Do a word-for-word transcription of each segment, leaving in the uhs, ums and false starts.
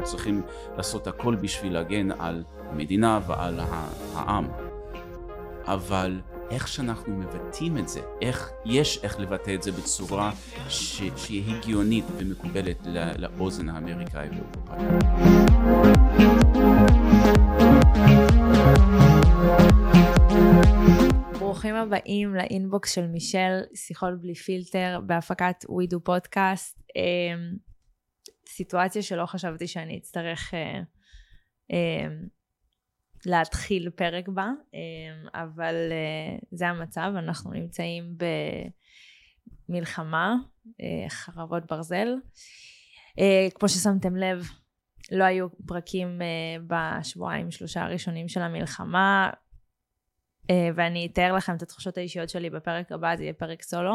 צריכים לעשות הכל בשביל להגן על המדינה ועל העם. אבל איך שאנחנו מבטאים את זה, איך יש איך לבטא את זה בצורה ש, שהיא הגיונית ומקובלת לא, לאוזן האמריקאי ואירופאי. ברוכים הבאים לאינבוקס של מישל, שיחות בלי פילטר, בהפקת ווידו פודקאסט. סיטואציה שלא חשבתי שאני אצטרך להתחיל פרק בה, אבל זה המצב. אנחנו נמצאים במלחמה, חרבות ברזל. כמו ששמתם לב, לא היו פרקים בשבועיים שלושה הראשונים של המלחמה, ואני אתאר לכם את התחושות האישיות שלי בפרק הבא, זה יהיה פרק סולו.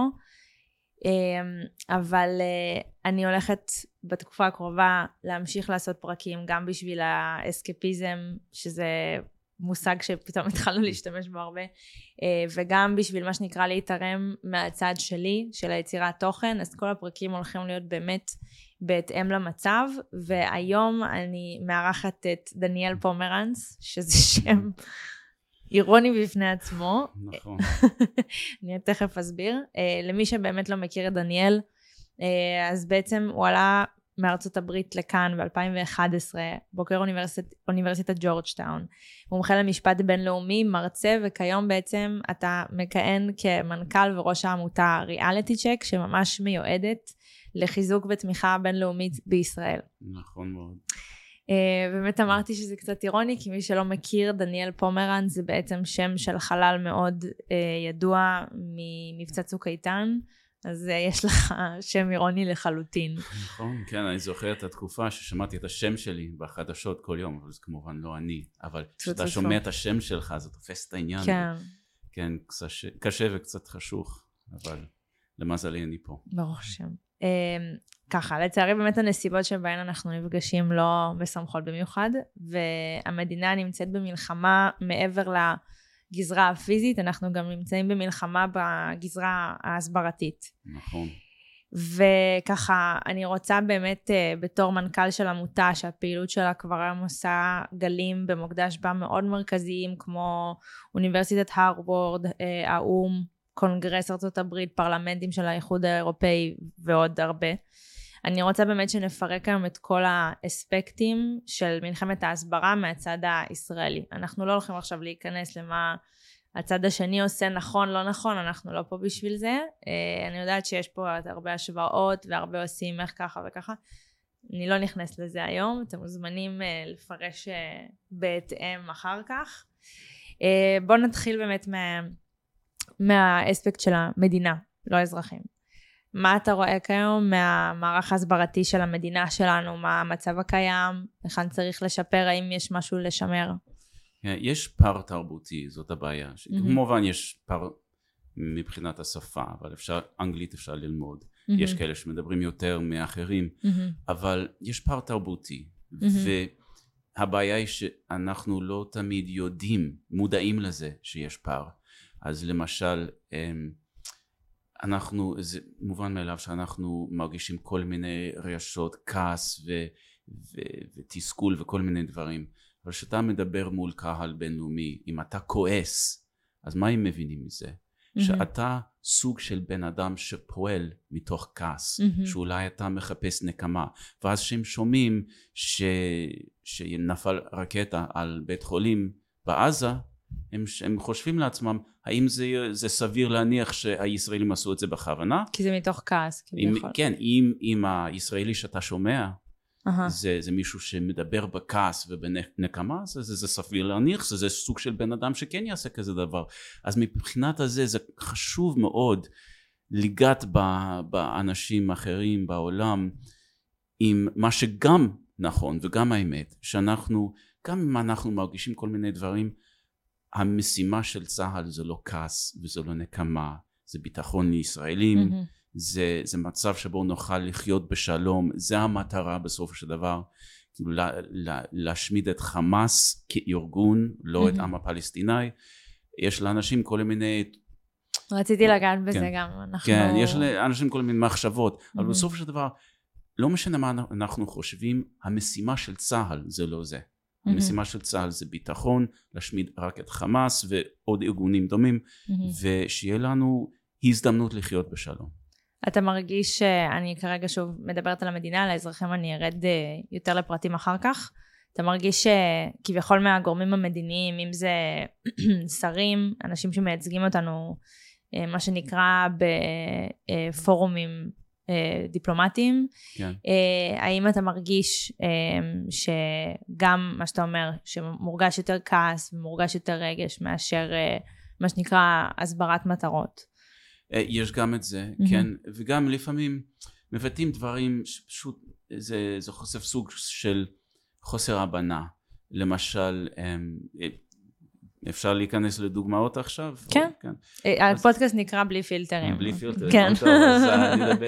אבל אני הולכת בתקופה הקרובה להמשיך לעשות פרקים גם בשביל האסקפיזם, שזה מושג שפתאום התחלנו להשתמש בו הרבה, וגם בשביל מה שנקרא להתערם מהצד שלי, של היצירת תוכן. אז כל הפרקים הולכים להיות באמת בהתאם למצב, והיום אני מארחת את דניאל פומרנץ, שזה שם אירוני בפני עצמו. נכון. אני תכף אסביר. למי שבאמת לא מכיר את דניאל, אז בעצם הוא עלה מארצות הברית לכאן ב-אלפיים ואחת עשרה, בוקר אוניברסיטת, אוניברסיטת ג'ורג'טאון. הוא מומחה למשפט בינלאומי, מרצה, וכיום בעצם אתה מכהן כמנכ"ל וראש העמותה ריאליטי צ'ק, שממש מיועדת לחיזוק ותמיכה בינלאומית בישראל. נכון מאוד. Uh, באמת אמרתי שזה קצת אירוני, כי מי שלא מכיר, דניאל פומרנץ זה בעצם שם של חלל מאוד uh, ידוע ממבצע צוק איתן, אז uh, יש לך שם אירוני לחלוטין. נכון, כן, אני זוכר את התקופה ששמעתי את השם שלי בחדשות כל יום, אבל זה כמובן לא אני, אבל כשאתה שומע את השם שלך, זה תופס את העניין. כן. כן, קשה, קשה וקצת חשוך, אבל למזלי אני פה. ברוך השם. Uh, ככה, לצערי באמת הנסיבות שבהן אנחנו נפגשים לא משמחות במיוחד, והמדינה נמצאת במלחמה מעבר לגזרה הפיזית, אנחנו גם נמצאים במלחמה בגזרה ההסברתית. נכון. וככה, אני רוצה באמת בתור מנכ"ל של עמותה, שהפעילות שלה כבר היום עושה גלים במוקדש בה מאוד מרכזיים, כמו אוניברסיטת הרווארד, האום, קונגרס ארצות הברית, פרלמנטים של האיחוד האירופאי ועוד הרבה. אני רוצה באמת שנפרק היום את כל האספקטים של מלחמת ההסברה מהצד הישראלי. אנחנו לא הולכים עכשיו להיכנס למה הצד השני עושה נכון, לא נכון, אנחנו לא פה בשביל זה. אני יודעת שיש פה הרבה השוואות והרבה עושים איך ככה וככה. אני לא נכנס לזה היום, אתם מוזמנים לפרש בהתאם אחר כך. בואו נתחיל באמת מה... מהאספקט של המדינה, לא אזרחים. מה אתה רואה כיום מהמערך ההסברתי של המדינה שלנו, מה המצב הקיים, היכן צריך לשפר, האם יש משהו לשמר? יש פער תרבותי, זאת הבעיה. כמובן יש פער מבחינת השפה, אבל אפשר, אנגלית אפשר ללמוד. יש כאלה שמדברים יותר מאחרים, אבל יש פער תרבותי. והבעיה היא שאנחנו לא תמיד יודעים, מודעים לזה שיש פער. אז למשל, אנחנו, זה מובן מאליו שאנחנו מרגישים כל מיני רגשות, כעס ו, ו, ותסכול וכל מיני דברים. אבל כשאתה מדבר מול קהל בינלאומי, אם אתה כועס, אז מה הם מבינים מזה? Mm-hmm. שאתה סוג של בן אדם שפועל מתוך כעס, mm-hmm. שאולי אתה מחפש נקמה. ואז שהם שומעים ש, שנפל רקטה על בית חולים בעזה, הם, הם חושבים לעצמם, האם זה, זה סביר להניח שהישראלים עשו את זה בכוונה? כי זה מתוך כעס. אם, כן, אם, אם הישראלי שאתה שומע, uh-huh. זה, זה מישהו שמדבר בכעס ובנקמה, זה, זה, זה סביר להניח, זה, זה סוג של בן אדם שכן יעשה כזה דבר. אז מבחינת הזה, זה חשוב מאוד לגעת באנשים אחרים בעולם, עם מה שגם נכון וגם האמת, שאנחנו, גם אם אנחנו מרגישים כל מיני דברים, המשימה של צה"ל זה לא כעס וזה לא נקמה, זה ביטחון לישראלים, mm-hmm. זה, זה מצב שבו נוכל לחיות בשלום, זה המטרה בסוף של דבר, כאילו לה, לה, להשמיד את חמאס כארגון, לא mm-hmm. את עם הפלסטיני. יש לאנשים כל מיני... רציתי לגעת בזה כן, גם. אנחנו... כן, יש לאנשים כל מיני מחשבות, mm-hmm. אבל בסוף של דבר, לא משנה מה אנחנו חושבים, המשימה של צה"ל זה לא זה. Mm-hmm. המשימה של צה"ל זה ביטחון, להשמיד רק את חמאס ועוד ארגונים דומים, mm-hmm. ושיהיה לנו הזדמנות לחיות בשלום. אתה מרגיש שאני כרגע שוב מדברת על המדינה, על האזרחים, אני ארד יותר לפרטים אחר כך. אתה מרגיש שכביכול מהגורמים המדיניים, אם זה שרים, אנשים שמייצגים אותנו, מה שנקרא בפורומים דיפלומטיים, כן. האם אתה מרגיש שגם מה שאתה אומר, שמורגש יותר כעס ומורגש יותר רגש מאשר מה שנקרא הסברת מטרות? יש גם את זה, mm-hmm. כן, וגם לפעמים מבטאים דברים שפשוט זה, זה חושף סוג של חוסר הבנה. למשל, אפשר להיכנס לדוגמאות עכשיו? כן. או, כן. הפודקאסט אז, נקרא בלי פילטרים. בלי פילטרים, כן. טוב, אז אני אדבר.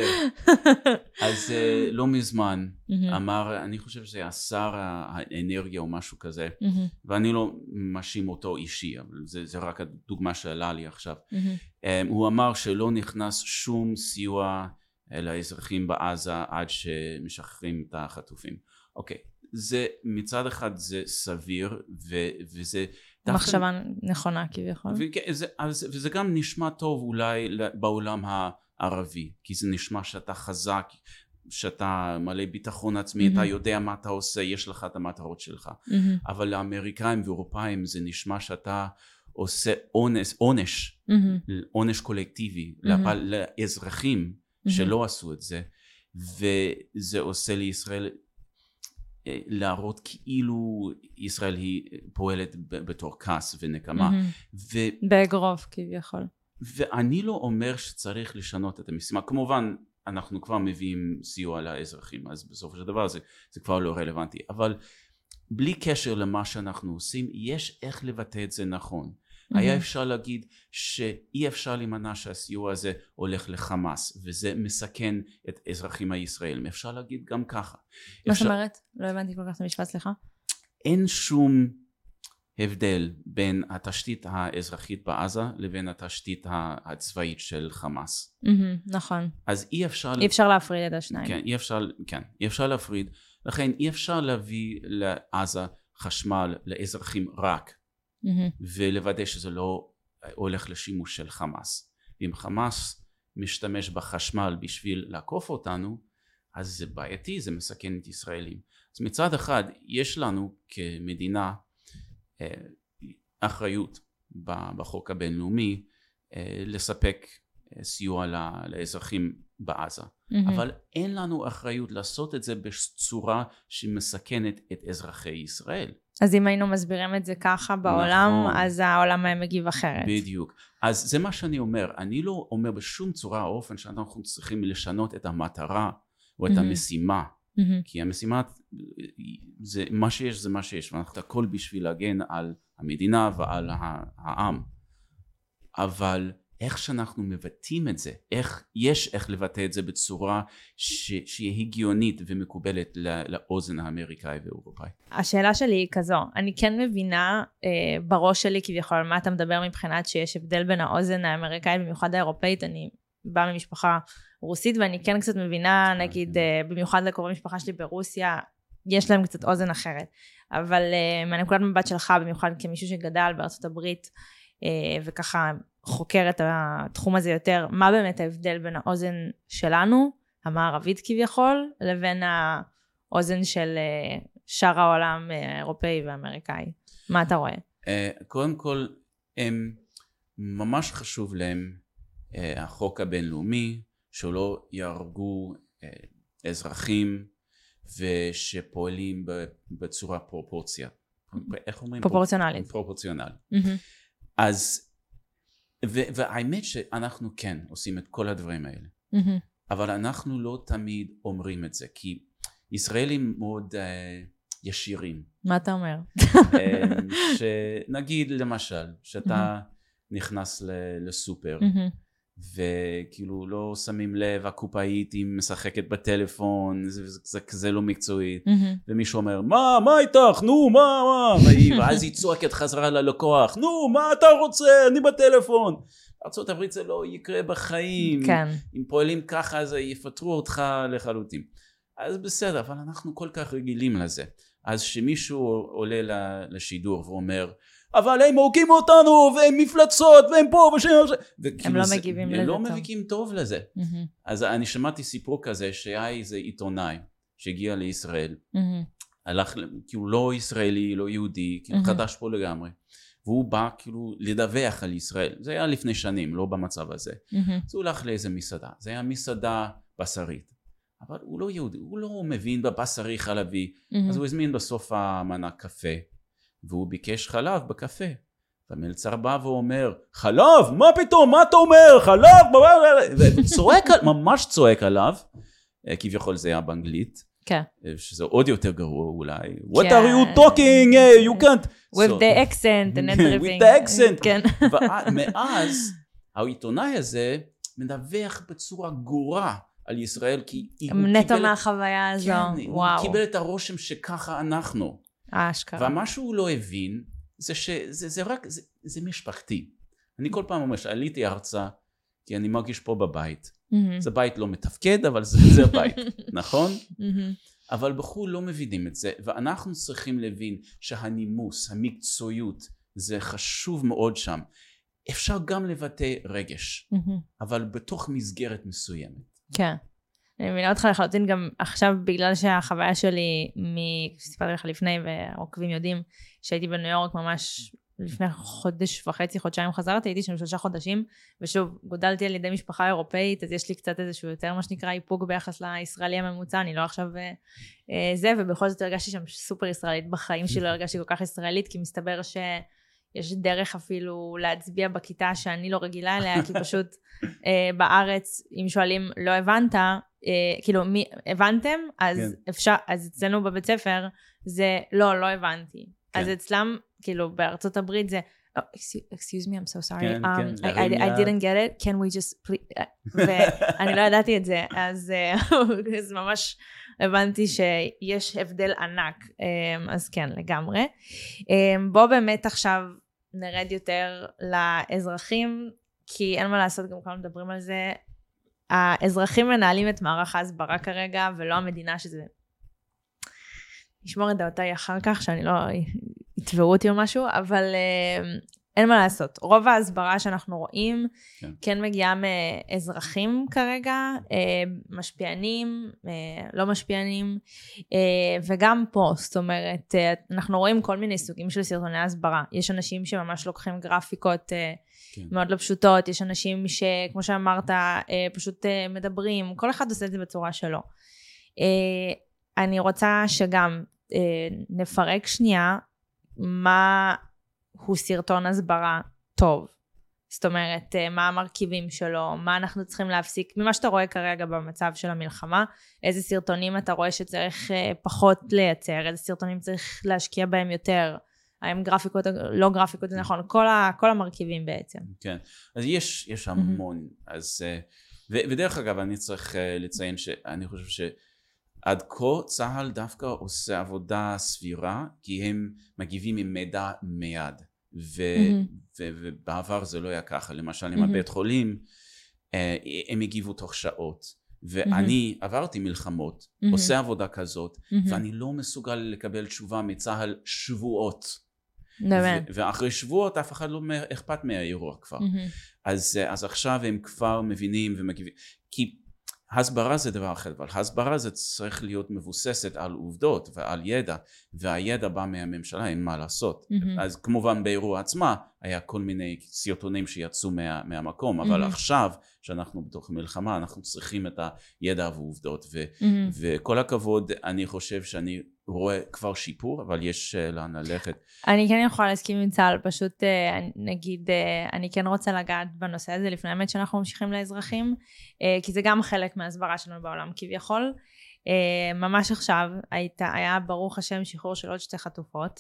אז לא מזמן mm-hmm. אמר, אני חושב שזה השר האנרגיה או משהו כזה, mm-hmm. ואני לא מאשים אותו אישי, אבל זה, זה רק הדוגמה שעלה לי עכשיו. Mm-hmm. הוא אמר שלא נכנס שום סיוע לאזרחים בעזה עד שמשחררים את החטופים. אוקיי. זה מצד אחד זה סביר ו- וזה מחשבה נכונה כביכול וזה, אז, וזה גם נשמע טוב אולי בעולם הערבי כי זה נשמע שאתה חזק, שאתה מלא ביטחון עצמי, mm-hmm. אתה יודע מה אתה עושה, יש לך את המטרות שלך, mm-hmm. אבל לאמריקאים ואירופאים זה נשמע שאתה עושה עונש, עונש, mm-hmm. עונש קולקטיבי mm-hmm. לאזרחים mm-hmm. שלא עשו את זה, וזה עושה לישראל להראות כאילו ישראל היא פועלת בתור כעס ונקמה. Mm-hmm. ו... באגרוף כביכול. ואני לא אומר שצריך לשנות את המשימה. כמובן אנחנו כבר מביאים סיוע לאזרחים, אז בסופו של דבר זה, זה כבר לא רלוונטי. אבל בלי קשר למה שאנחנו עושים, יש איך לבטא את זה נכון. Mm-hmm. היה אפשר להגיד שאי אפשר להימנע שהסיוע הזה הולך לחמאס וזה מסכן את אזרחים הישראלים. אפשר להגיד גם ככה. מה זאת אומרת? לא הבנתי כל כך את המשפט, סליחה. אין שום הבדל בין התשתית האזרחית בעזה לבין התשתית הצבאית של חמאס. Mm-hmm, נכון. אז אי אפשר... אי אפשר להפריד את השניים. כן, אי אפשר, כן, אי אפשר להפריד. לכן אי אפשר להביא לעזה חשמל לאזרחים רק. Mm-hmm. ולוודא שזה לא הולך לשימוש של חמאס. אם חמאס משתמש בחשמל בשביל לעקוף אותנו, אז זה בעייתי, זה מסכן את ישראלים. אז מצד אחד יש לנו כמדינה אה, אחריות בחוק הבינלאומי אה, לספק אה, סיוע לאזרחים בעזה. Mm-hmm. אבל אין לנו אחריות לעשות את זה בצורה שמסכנת את אזרחי ישראל. אז אם היינו מסבירים את זה ככה בעולם, נכון. אז העולם היה מגיב אחרת. בדיוק. אז זה מה שאני אומר. אני לא אומר בשום צורה או אופן שאנחנו צריכים לשנות את המטרה או את mm-hmm. המשימה. Mm-hmm. כי המשימה, זה, מה שיש זה מה שיש. ואנחנו הכל בשביל להגן על המדינה ועל העם. אבל איך שאנחנו מבטאים את זה, איך, יש איך לבטא את זה בצורה ש, שהיא הגיונית ומקובלת לאוזן האמריקאי ואירופאי. השאלה שלי היא כזו, אני כן מבינה אה, בראש שלי כביכול מה אתה מדבר מבחינת שיש הבדל בין האוזן האמריקאית במיוחד האירופאית, אני באה ממשפחה רוסית ואני כן קצת מבינה נגיד אה, במיוחד לקרוב המשפחה שלי ברוסיה, יש להם קצת אוזן אחרת, אבל אה, מהנקודת מבט שלך במיוחד כמישהו שגדל בארצות הברית אה, וככה חוקר את התחום הזה יותר, מה באמת ההבדל בין האוזן שלנו, המערבית כביכול, לבין האוזן של שאר העולם האירופאי והאמריקאי? מה אתה רואה? קודם כל, הם ממש חשוב להם החוק הבינלאומי, שלא יהרגו אזרחים ושפועלים בצורה פרופורציה. איך אומרים? פרופורציונלית. פרופורציונלית. אז והאמת שאנחנו כן עושים את כל הדברים האלה, mm-hmm. אבל אנחנו לא תמיד אומרים את זה, כי ישראלים מאוד uh, ישירים. מה אתה אומר? שנגיד למשל, שאתה mm-hmm. נכנס לסופר, mm-hmm. וכאילו לא שמים לב, הקופאית היא משחקת בטלפון, זה, זה, זה כזה לא מקצועי, mm-hmm. ומישהו אומר, מה, מה איתך, נו, מה, מה, ואז היא צועקת חזרה ללקוח, נו, מה אתה רוצה, אני בטלפון. ארצות הברית זה לא יקרה בחיים, כן. אם פועלים ככה, אז יפטרו אותך לחלוטין. אז בסדר, אבל אנחנו כל כך רגילים לזה. אז שמישהו עולה לשידור ואומר, אבל הם הורגים אותנו, והם מפלצות, והם פה ושם... הם לא מגיבים לזה טוב. הם לא מגיבים טוב לזה. אז אני שמעתי סיפור כזה, שהיה איזה עיתונאי שהגיע לישראל, הלך, כאילו לא ישראלי, לא יהודי, כאילו חדש פה לגמרי. והוא בא כאילו לדווח על ישראל. זה היה לפני שנים, לא במצב הזה. אז הוא הלך לאיזה מסעדה. זה היה מסעדה בשרית. אבל הוא לא יהודי, הוא לא מבין בבשרי חלבי. אז הוא הזמין בסוף המנה קפה. והוא ביקש חלב בקפה. והמלצר בא ואומר, חלב? מה פתאום? מה אתה אומר? חלב? וצועק, ממש צועק עליו. כביכול זה היה באנגלית. כן. שזה עוד יותר גרוע אולי. What are you talking? You can't. With the accent and everything. With the accent. כן. ומאז העיתונאי הזה מדווח בצורה גרועה על ישראל, כי נטו מהחוויה הזו. הוא קיבל את הרושם שככה אנחנו. אשכרה. ומה שהוא לא הבין זה שזה רק, זה משפחתי. אני כל פעם אומר שעליתי ארצה, כי אני מרגיש פה בבית. זה בית לא מתפקד, אבל זה הבית, נכון? אבל בחו"ל לא מבינים את זה, ואנחנו צריכים להבין שהנימוס, המקצועיות, זה חשוב מאוד שם. אפשר גם לבטא רגש, אבל בתוך מסגרת מסוימת. כן. אני מבינה אותך לחלוטין גם עכשיו, בגלל שהחוויה שלי, סיפרתי לך לפני, ועוקבים יודעים, שהייתי בניו יורק ממש לפני חודש וחצי, חודשיים חזרתי, הייתי שם שלושה חודשים, ושוב, גודלתי על ידי משפחה אירופאית, אז יש לי קצת איזשהו יותר מה שנקרא איפוק ביחס לישראלי הממוצע, אני לא עכשיו זה, ובכל זאת הרגשתי שם סופר ישראלית בחיים שלי, לא הרגשתי כל כך ישראלית, כי מסתבר שיש דרך אפילו להצביע בכיתה שאני לא רגילה אליה, כי פשוט בארץ, אם שואלים לא הבנת, כאילו מי הבנתם, אז אפשר, אז אצלנו בבית ספר, זה לא, לא הבנתי. אז אצלם, כאילו, בארצות הברית זה, excuse me, I'm so sorry, I didn't get it, can we just, please, ואני לא ידעתי את זה, אז ממש הבנתי שיש הבדל ענק, אז כן, לגמרי. בוא באמת עכשיו נרד יותר לאזרחים, כי אין מה לעשות, גם כמה מדברים על זה, האזרחים מנהלים את מערך ההסברה כרגע, ולא המדינה שזה... נשמור את דעותיי אחר כך, שאני לא יתבעו אותי או משהו, אבל אה, אין מה לעשות. רוב ההסברה שאנחנו רואים, כן, כן מגיעה מאזרחים כרגע, אה, משפיענים, אה, לא משפיענים, אה, וגם פה, זאת אומרת, אה, אנחנו רואים כל מיני סוגים של סרטוני הסברה. יש אנשים שממש לוקחים גרפיקות אה, כן. מאוד לא פשוטות, יש אנשים שכמו שאמרת, אה, פשוט אה, מדברים, כל אחד עושה את זה בצורה שלו. אה, אני רוצה שגם נפרק שנייה מה הוא סרטון הסברה טוב. זאת אומרת, מה המרכיבים שלו, מה אנחנו צריכים להפסיק, ממה שאתה רואה כרגע במצב של המלחמה, איזה סרטונים אתה רואה שצריך פחות לייצר, איזה סרטונים צריך להשקיע בהם יותר, האם גרפיקות, לא גרפיקות, זה נכון, כל, ה, כל המרכיבים בעצם. כן, אז יש, יש המון, אז, ו, ודרך אגב, אני צריך לציין שאני חושב ש עד כה צה"ל דווקא עושה עבודה סבירה, כי הם מגיבים עם מידע מיד, ו- mm-hmm. ו- ובעבר זה לא היה ככה, למשל עם mm-hmm. הבית חולים, הם הגיבו תוך שעות, ואני mm-hmm. עברתי מלחמות, mm-hmm. עושה עבודה כזאת, mm-hmm. ואני לא מסוגל לקבל תשובה מצה"ל שבועות, ו- ואחרי שבועות אף אחד לא אכפת מהאירוע כבר, mm-hmm. אז, אז עכשיו הם כבר מבינים ומגיבים, כי הסברה זה דבר אחר, אבל הסברה זה צריך להיות מבוססת על עובדות ועל ידע, והידע בא מהממשלה, אין מה לעשות. Mm-hmm. אז כמובן באירוע עצמה היה כל מיני סרטונים שיצאו מה, מהמקום, אבל mm-hmm. עכשיו שאנחנו בתוך מלחמה, אנחנו צריכים את הידע והעובדות, ו, mm-hmm. וכל הכבוד, אני חושב שאני רואה כבר שיפור, אבל יש לאן ללכת. אני כן יכולה להסכים עם צה"ל, פשוט נגיד, אני כן רוצה לגעת בנושא הזה, לפני האמת שאנחנו ממשיכים לאזרחים, כי זה גם חלק מההסברה שלנו בעולם כביכול. ממש עכשיו הייתה, היה ברוך השם שחרור של עוד שתי חטופות,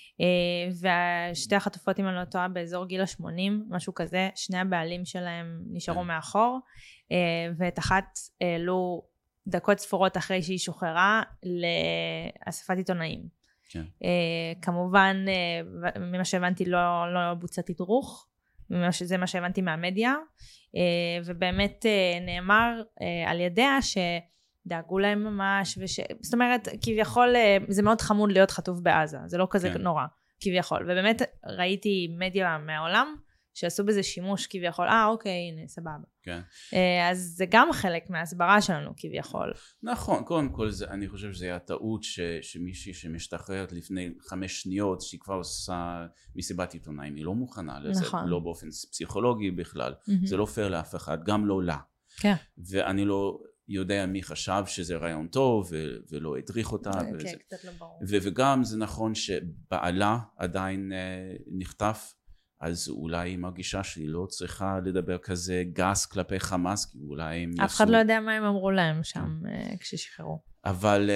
ושתי החטופות, אם אני לא טועה, באזור גיל ה-שמונים, משהו כזה, שני הבעלים שלהם נשארו מאחור, ואת אחת העלו דקות ספורות אחרי שהיא שוחררה לאספת עיתונאים. כן. כמובן, ממה שהבנתי לא, לא בוצע תדרוך, זה מה שהבנתי מהמדיה, ובאמת נאמר על ידיה ש... דאגו להם ממש, וש... זאת אומרת, כביכול, זה מאוד חמוד להיות חטוף בעזה, זה לא כזה כן. נורא, כביכול. ובאמת ראיתי מדיה מהעולם, שעשו בזה שימוש כביכול, אה, אוקיי, הנה, סבבה. כן. אז זה גם חלק מההסברה שלנו כביכול. נכון, קודם כל, זה, אני חושב שזה היה טעות ש, שמישהי שמשתחררת לפני חמש שניות, שהיא כבר עושה מסיבת עיתונאים, היא לא מוכנה לזה, נכון. לא באופן פסיכולוגי בכלל, mm-hmm. זה לא פייר לאף אחד, גם לא לה. כן. ואני לא יודע מי חשב שזה רעיון טוב, ו, ולא הדריך אותה. כן, וזה, קצת לא ברור. ו, וגם זה נכון שבעלה עדיין אה, נחטף, אז אולי היא מרגישה שהיא לא צריכה לדבר כזה גס כלפי חמאס, כי אולי הם יעשו... אף אחד לא יודע מה הם אמרו להם שם כששחררו. אבל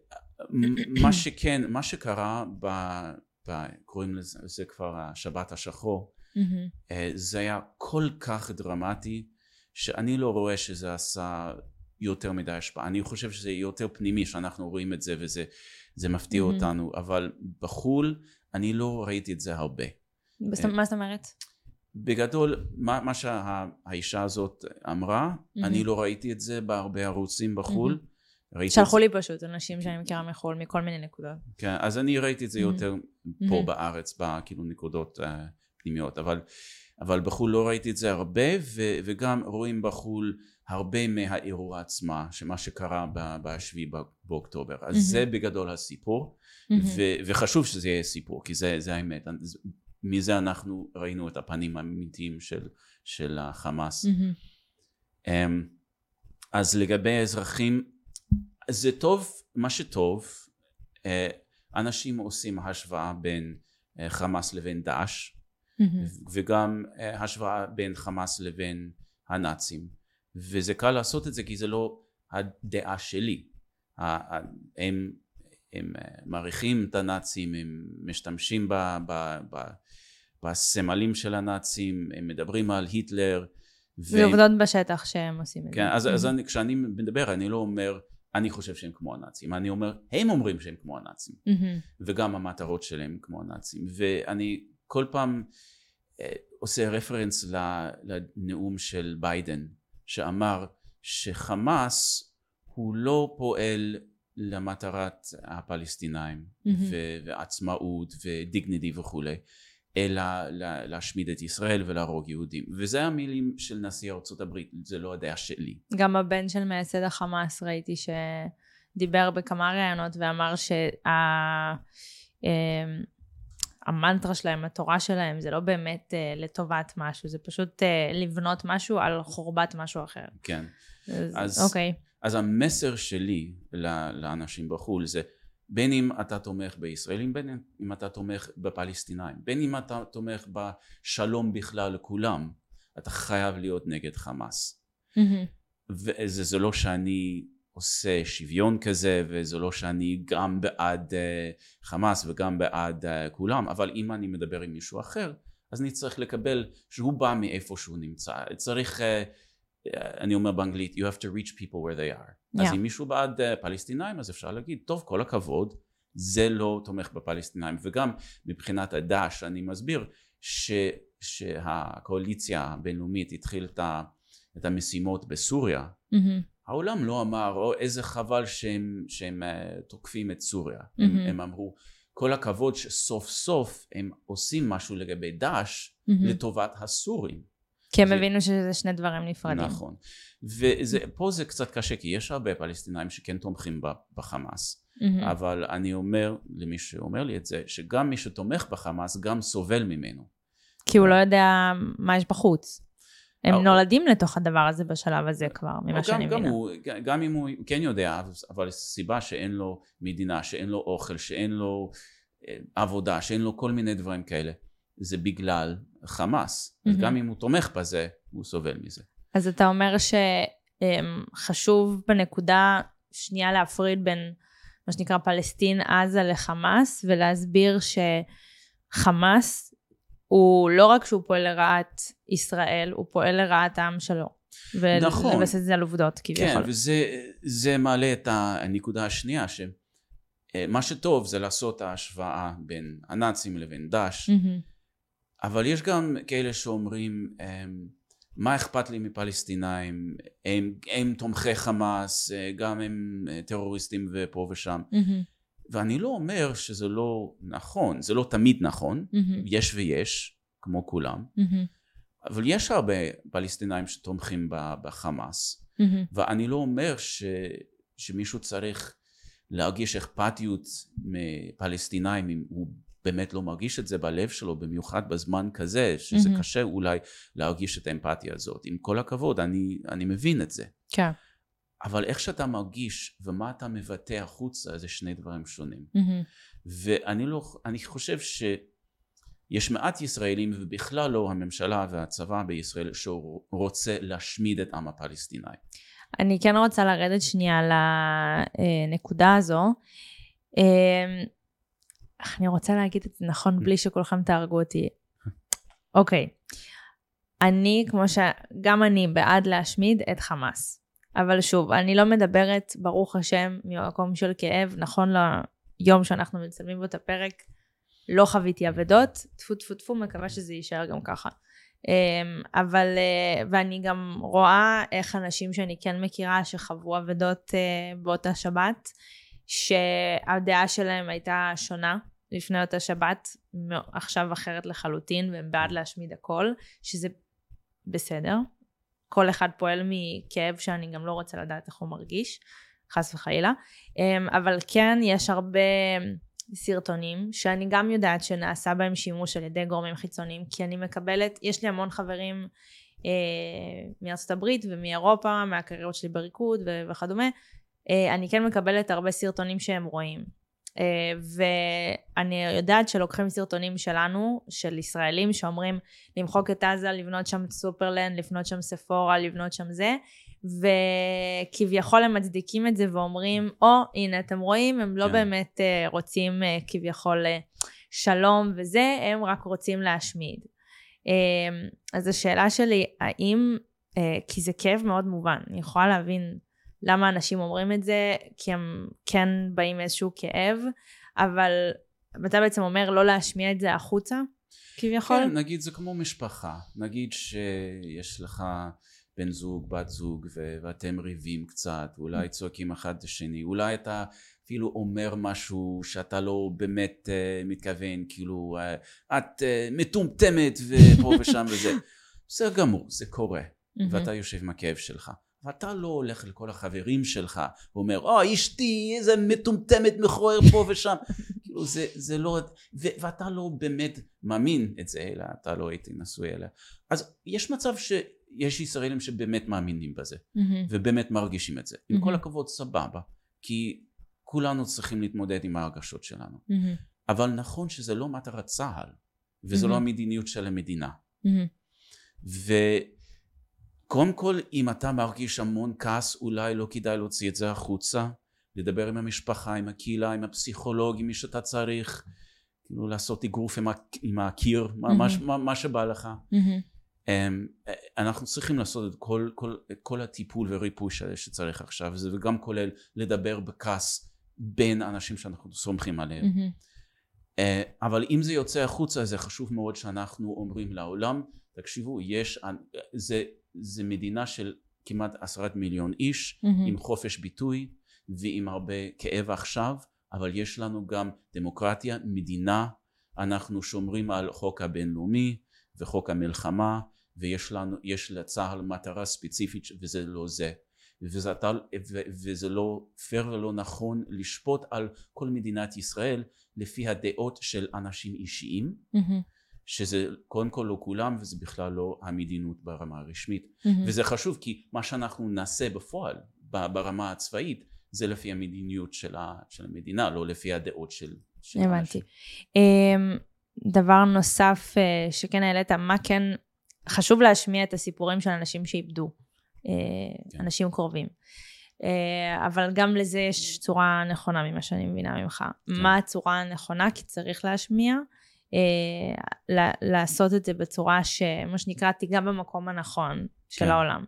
מה שכן, מה שקרה, קוראים לזה כבר השבת השחור, זה היה כל כך דרמטי, שאני לא רואה שזה עשה יותר מדי השפעה. אני חושב שזה יותר פנימי, שאנחנו רואים את זה, וזה מפתיע אותנו, אבל בחול אני לא ראיתי את זה הרבה. מה זאת אומרת? בגדול, מה, מה שהאישה הזאת אמרה, mm-hmm. אני לא ראיתי את זה בהרבה ערוצים בחול. Mm-hmm. שלחו לי פשוט אנשים שאני מכירה מחול, מכל מיני נקודות. כן, אז אני ראיתי את זה mm-hmm. יותר פה mm-hmm. בארץ, בכאילו נקודות uh, פנימיות, אבל, אבל בחול לא ראיתי את זה הרבה, ו, וגם רואים בחול הרבה מהאירוע עצמה, שמה שקרה בשביעי באוקטובר. אז mm-hmm. זה בגדול הסיפור, mm-hmm. ו, וחשוב שזה יהיה סיפור, כי זה, זה האמת. מזה אנחנו ראינו את הפנים האמיתיים של, של החמאס. Mm-hmm. Um, אז לגבי האזרחים, זה טוב, מה שטוב, uh, אנשים עושים השוואה בין uh, חמאס לבין דאעש, mm-hmm. וגם uh, השוואה בין חמאס לבין הנאצים. וזה קל לעשות את זה כי זה לא הדעה שלי. הם, הם מעריכים את הנאצים, הם משתמשים ב, ב, ב, בסמלים של הנאצים, הם מדברים על היטלר. זה עובדות בשטח שהם עושים את זה. כן, אז, אז אני, כשאני מדבר, אני לא אומר, אני חושב שהם כמו הנאצים, אני אומר, הם אומרים שהם כמו הנאצים, וגם המטרות שלהם כמו הנאצים. ואני כל פעם עושה רפרנס לנאום של ביידן, שאמר שחמאס הוא לא פועל למטרת הפלסטינאים mm-hmm. ו- ועצמאות ודיגניטי וכולי, אלא להשמיד את ישראל ולהרוג יהודים. וזה המילים של נשיא ארצות הברית, זה לא הדעה שלי. גם הבן של מייסד החמאס ראיתי שדיבר בכמה ראיונות ואמר שהמנטרה שלהם, התורה שלהם, זה לא באמת לטובת משהו, זה פשוט לבנות משהו על חורבת משהו אחר. כן. אז, אז אוקיי. אז המסר שלי לאנשים בחו"ל זה בין אם אתה תומך בישראלים, בין אם אתה תומך בפלסטינאים, בין אם אתה תומך בשלום בכלל לכולם, אתה חייב להיות נגד חמאס. Mm-hmm. וזה זה לא שאני עושה שוויון כזה, וזה לא שאני גם בעד uh, חמאס וגם בעד uh, כולם, אבל אם אני מדבר עם מישהו אחר, אז אני צריך לקבל שהוא בא מאיפה שהוא נמצא. צריך... Uh, אני אומר באנגלית, you have to reach people where they are. Yeah. אז אם מישהו בעד uh, פלסטינאים, אז אפשר להגיד, טוב, כל הכבוד, זה לא תומך בפלסטינאים. וגם מבחינת הדאעש, אני מסביר ש, שהקואליציה הבינלאומית התחיל את, ה, את המשימות בסוריה. Mm-hmm. העולם לא אמר, או איזה חבל שהם, שהם uh, תוקפים את סוריה. Mm-hmm. הם, הם אמרו, כל הכבוד שסוף סוף הם עושים משהו לגבי דאעש mm-hmm. לטובת הסורים. כי הם הבינו שזה שני דברים נפרדים. נכון. ופה זה קצת קשה, כי יש הרבה פלסטינאים שכן תומכים בחמאס. אבל אני אומר, למי שאומר לי את זה, שגם מי שתומך בחמאס גם סובל ממנו. כי הוא לא יודע מה יש בחוץ. הם נולדים לתוך הדבר הזה בשלב הזה כבר, ממה שאני מבינה. גם אם הוא כן יודע, אבל סיבה שאין לו מדינה, שאין לו אוכל, שאין לו עבודה, שאין לו כל מיני דברים כאלה. זה בגלל חמאס. Mm-hmm. אז גם אם הוא תומך בזה, הוא סובל מזה. אז אתה אומר שחשוב בנקודה שנייה להפריד בין מה שנקרא פלסטין, עזה לחמאס, ולהסביר שחמאס הוא לא רק שהוא פועל לרעת ישראל, הוא פועל לרעת העם שלו. נכון. ולבסס את זה על עובדות כביכול. כן, וזה זה מעלה את הנקודה השנייה, שמה שטוב זה לעשות ההשוואה בין הנאצים לבין דאעש, mm-hmm. אבל יש גם כאלה שאומרים, מה אכפת לי מפלסטינאים, הם, הם תומכי חמאס, גם הם טרוריסטים ופה ושם. Mm-hmm. ואני לא אומר שזה לא נכון, זה לא תמיד נכון, mm-hmm. יש ויש, כמו כולם, mm-hmm. אבל יש הרבה פלסטינאים שתומכים בחמאס, mm-hmm. ואני לא אומר ש, שמישהו צריך להרגיש אכפתיות מפלסטינאים אם הוא באמת לא מרגיש את זה בלב שלו, במיוחד בזמן כזה, שזה mm-hmm. קשה אולי להרגיש את האמפתיה הזאת. עם כל הכבוד, אני, אני מבין את זה. כן. אבל איך שאתה מרגיש ומה אתה מבטא החוצה, זה שני דברים שונים. Mm-hmm. ואני לא, אני חושב שיש מעט ישראלים, ובכלל לא הממשלה והצבא בישראל, שרוצה להשמיד את עם הפלסטיני. אני כן רוצה לרדת שנייה לנקודה הזו. אני רוצה להגיד את זה נכון בלי שכולכם תהרגו אותי. אוקיי. אני, כמו שגם אני בעד להשמיד את חמאס. אבל שוב, אני לא מדברת, ברוך השם, ממקום של כאב. נכון ליום שאנחנו מצלמים בו את הפרק, לא חוויתי אבדות. טפו טפו טפו, מקווה שזה יישאר גם ככה. אבל, ואני גם רואה איך אנשים שאני כן מכירה שחוו אבדות באותה שבת, שהדעה שלהם הייתה שונה לפני אותה שבת, עכשיו אחרת לחלוטין, והם בעד להשמיד הכל, שזה בסדר. כל אחד פועל מכאב שאני גם לא רוצה לדעת איך הוא מרגיש, חס וחלילה. אבל כן, יש הרבה סרטונים, שאני גם יודעת שנעשה בהם שימוש על ידי גורמים חיצוניים, כי אני מקבלת, יש לי המון חברים אה, מארצות הברית ומאירופה, מהקריירות שלי בריקוד ו- וכדומה, אה, אני כן מקבלת הרבה סרטונים שהם רואים, אה, ואני יודעת שלוקחים סרטונים שלנו, של ישראלים, שאומרים למחוק את עזה, לבנות שם סופרלנד, לבנות שם ספורה, לבנות שם זה, וכביכול הם מצדיקים את זה ואומרים, או הנה אתם רואים, הם לא כן. באמת uh, רוצים uh, כביכול uh, שלום וזה, הם רק רוצים להשמיד. Uh, אז השאלה שלי, האם, uh, כי זה כאב מאוד מובן, אני יכולה להבין למה אנשים אומרים את זה, כי הם כן באים איזשהו כאב, אבל אתה בעצם אומר לא להשמיע את זה החוצה, כביכול? כן, נגיד זה כמו משפחה, נגיד שיש לך בן זוג, בת זוג, ו- ואתם ריבים קצת, ואולי צועקים אחד את השני, אולי אתה אפילו אומר משהו שאתה לא באמת uh, מתכוון, כאילו uh, את uh, מטומטמת ופה ושם וזה. זה גמור, זה קורה, ואתה יושב עם הכאב שלך. ואתה לא הולך לכל החברים שלך, ואומר, או, אשתי, איזה מטומטמת מכוער פה ושם. כאילו, זה, זה לא, ו- ואתה לא באמת מאמין את זה, אלא אתה לא הייתי נשוי אליה. אז יש מצב שיש ישראלים שבאמת מאמינים בזה, mm-hmm. ובאמת מרגישים את זה. Mm-hmm. עם כל הכבוד, סבבה, כי כולנו צריכים להתמודד עם ההרגשות שלנו. Mm-hmm. אבל נכון שזה לא מטרת צה"ל, וזו mm-hmm. לא המדיניות של המדינה. Mm-hmm. ו... קודם כל, אם אתה מרגיש המון כעס, אולי לא כדאי להוציא את זה החוצה, לדבר עם המשפחה, עם הקהילה, עם הפסיכולוג, עם מי שאתה צריך, כאילו לעשות אגרוף עם, עם הקיר, mm-hmm. מה, מה, מה שבא לך. Mm-hmm. אנחנו צריכים לעשות את כל, כל, את כל הטיפול וריפוי שצריך עכשיו, וגם כולל לדבר בכעס בין אנשים שאנחנו סומכים עליהם. Mm-hmm. אבל אם זה יוצא החוצה, זה חשוב מאוד שאנחנו אומרים לעולם, תקשיבו, יש, זה, זה מדינה של כמעט עשרת מיליון איש, mm-hmm. עם חופש ביטוי ועם הרבה כאב עכשיו, אבל יש לנו גם דמוקרטיה, מדינה, אנחנו שומרים על חוק הבינלאומי וחוק המלחמה, ויש לנו, יש לצה"ל מטרה ספציפית וזה לא זה. וזה, וזה לא פייר ולא נכון לשפוט על כל מדינת ישראל לפי הדעות של אנשים אישיים, mm-hmm. שזה קודם כל לא כולם, וזה בכלל לא המדיניות ברמה הרשמית. Mm-hmm. וזה חשוב, כי מה שאנחנו נעשה בפועל, ברמה הצבאית, זה לפי המדיניות של, ה, של המדינה, לא לפי הדעות של, של אנשים. הבנתי. דבר נוסף שכן העלית, מה כן, חשוב להשמיע את הסיפורים של אנשים שאיבדו, כן. אנשים קרובים. אבל גם לזה יש צורה נכונה ממה שאני מבינה ממך. כן. מה הצורה הנכונה? כי צריך להשמיע. לעשות את זה בצורה שמה שנקרא תיגע במקום הנכון של כן. העולם.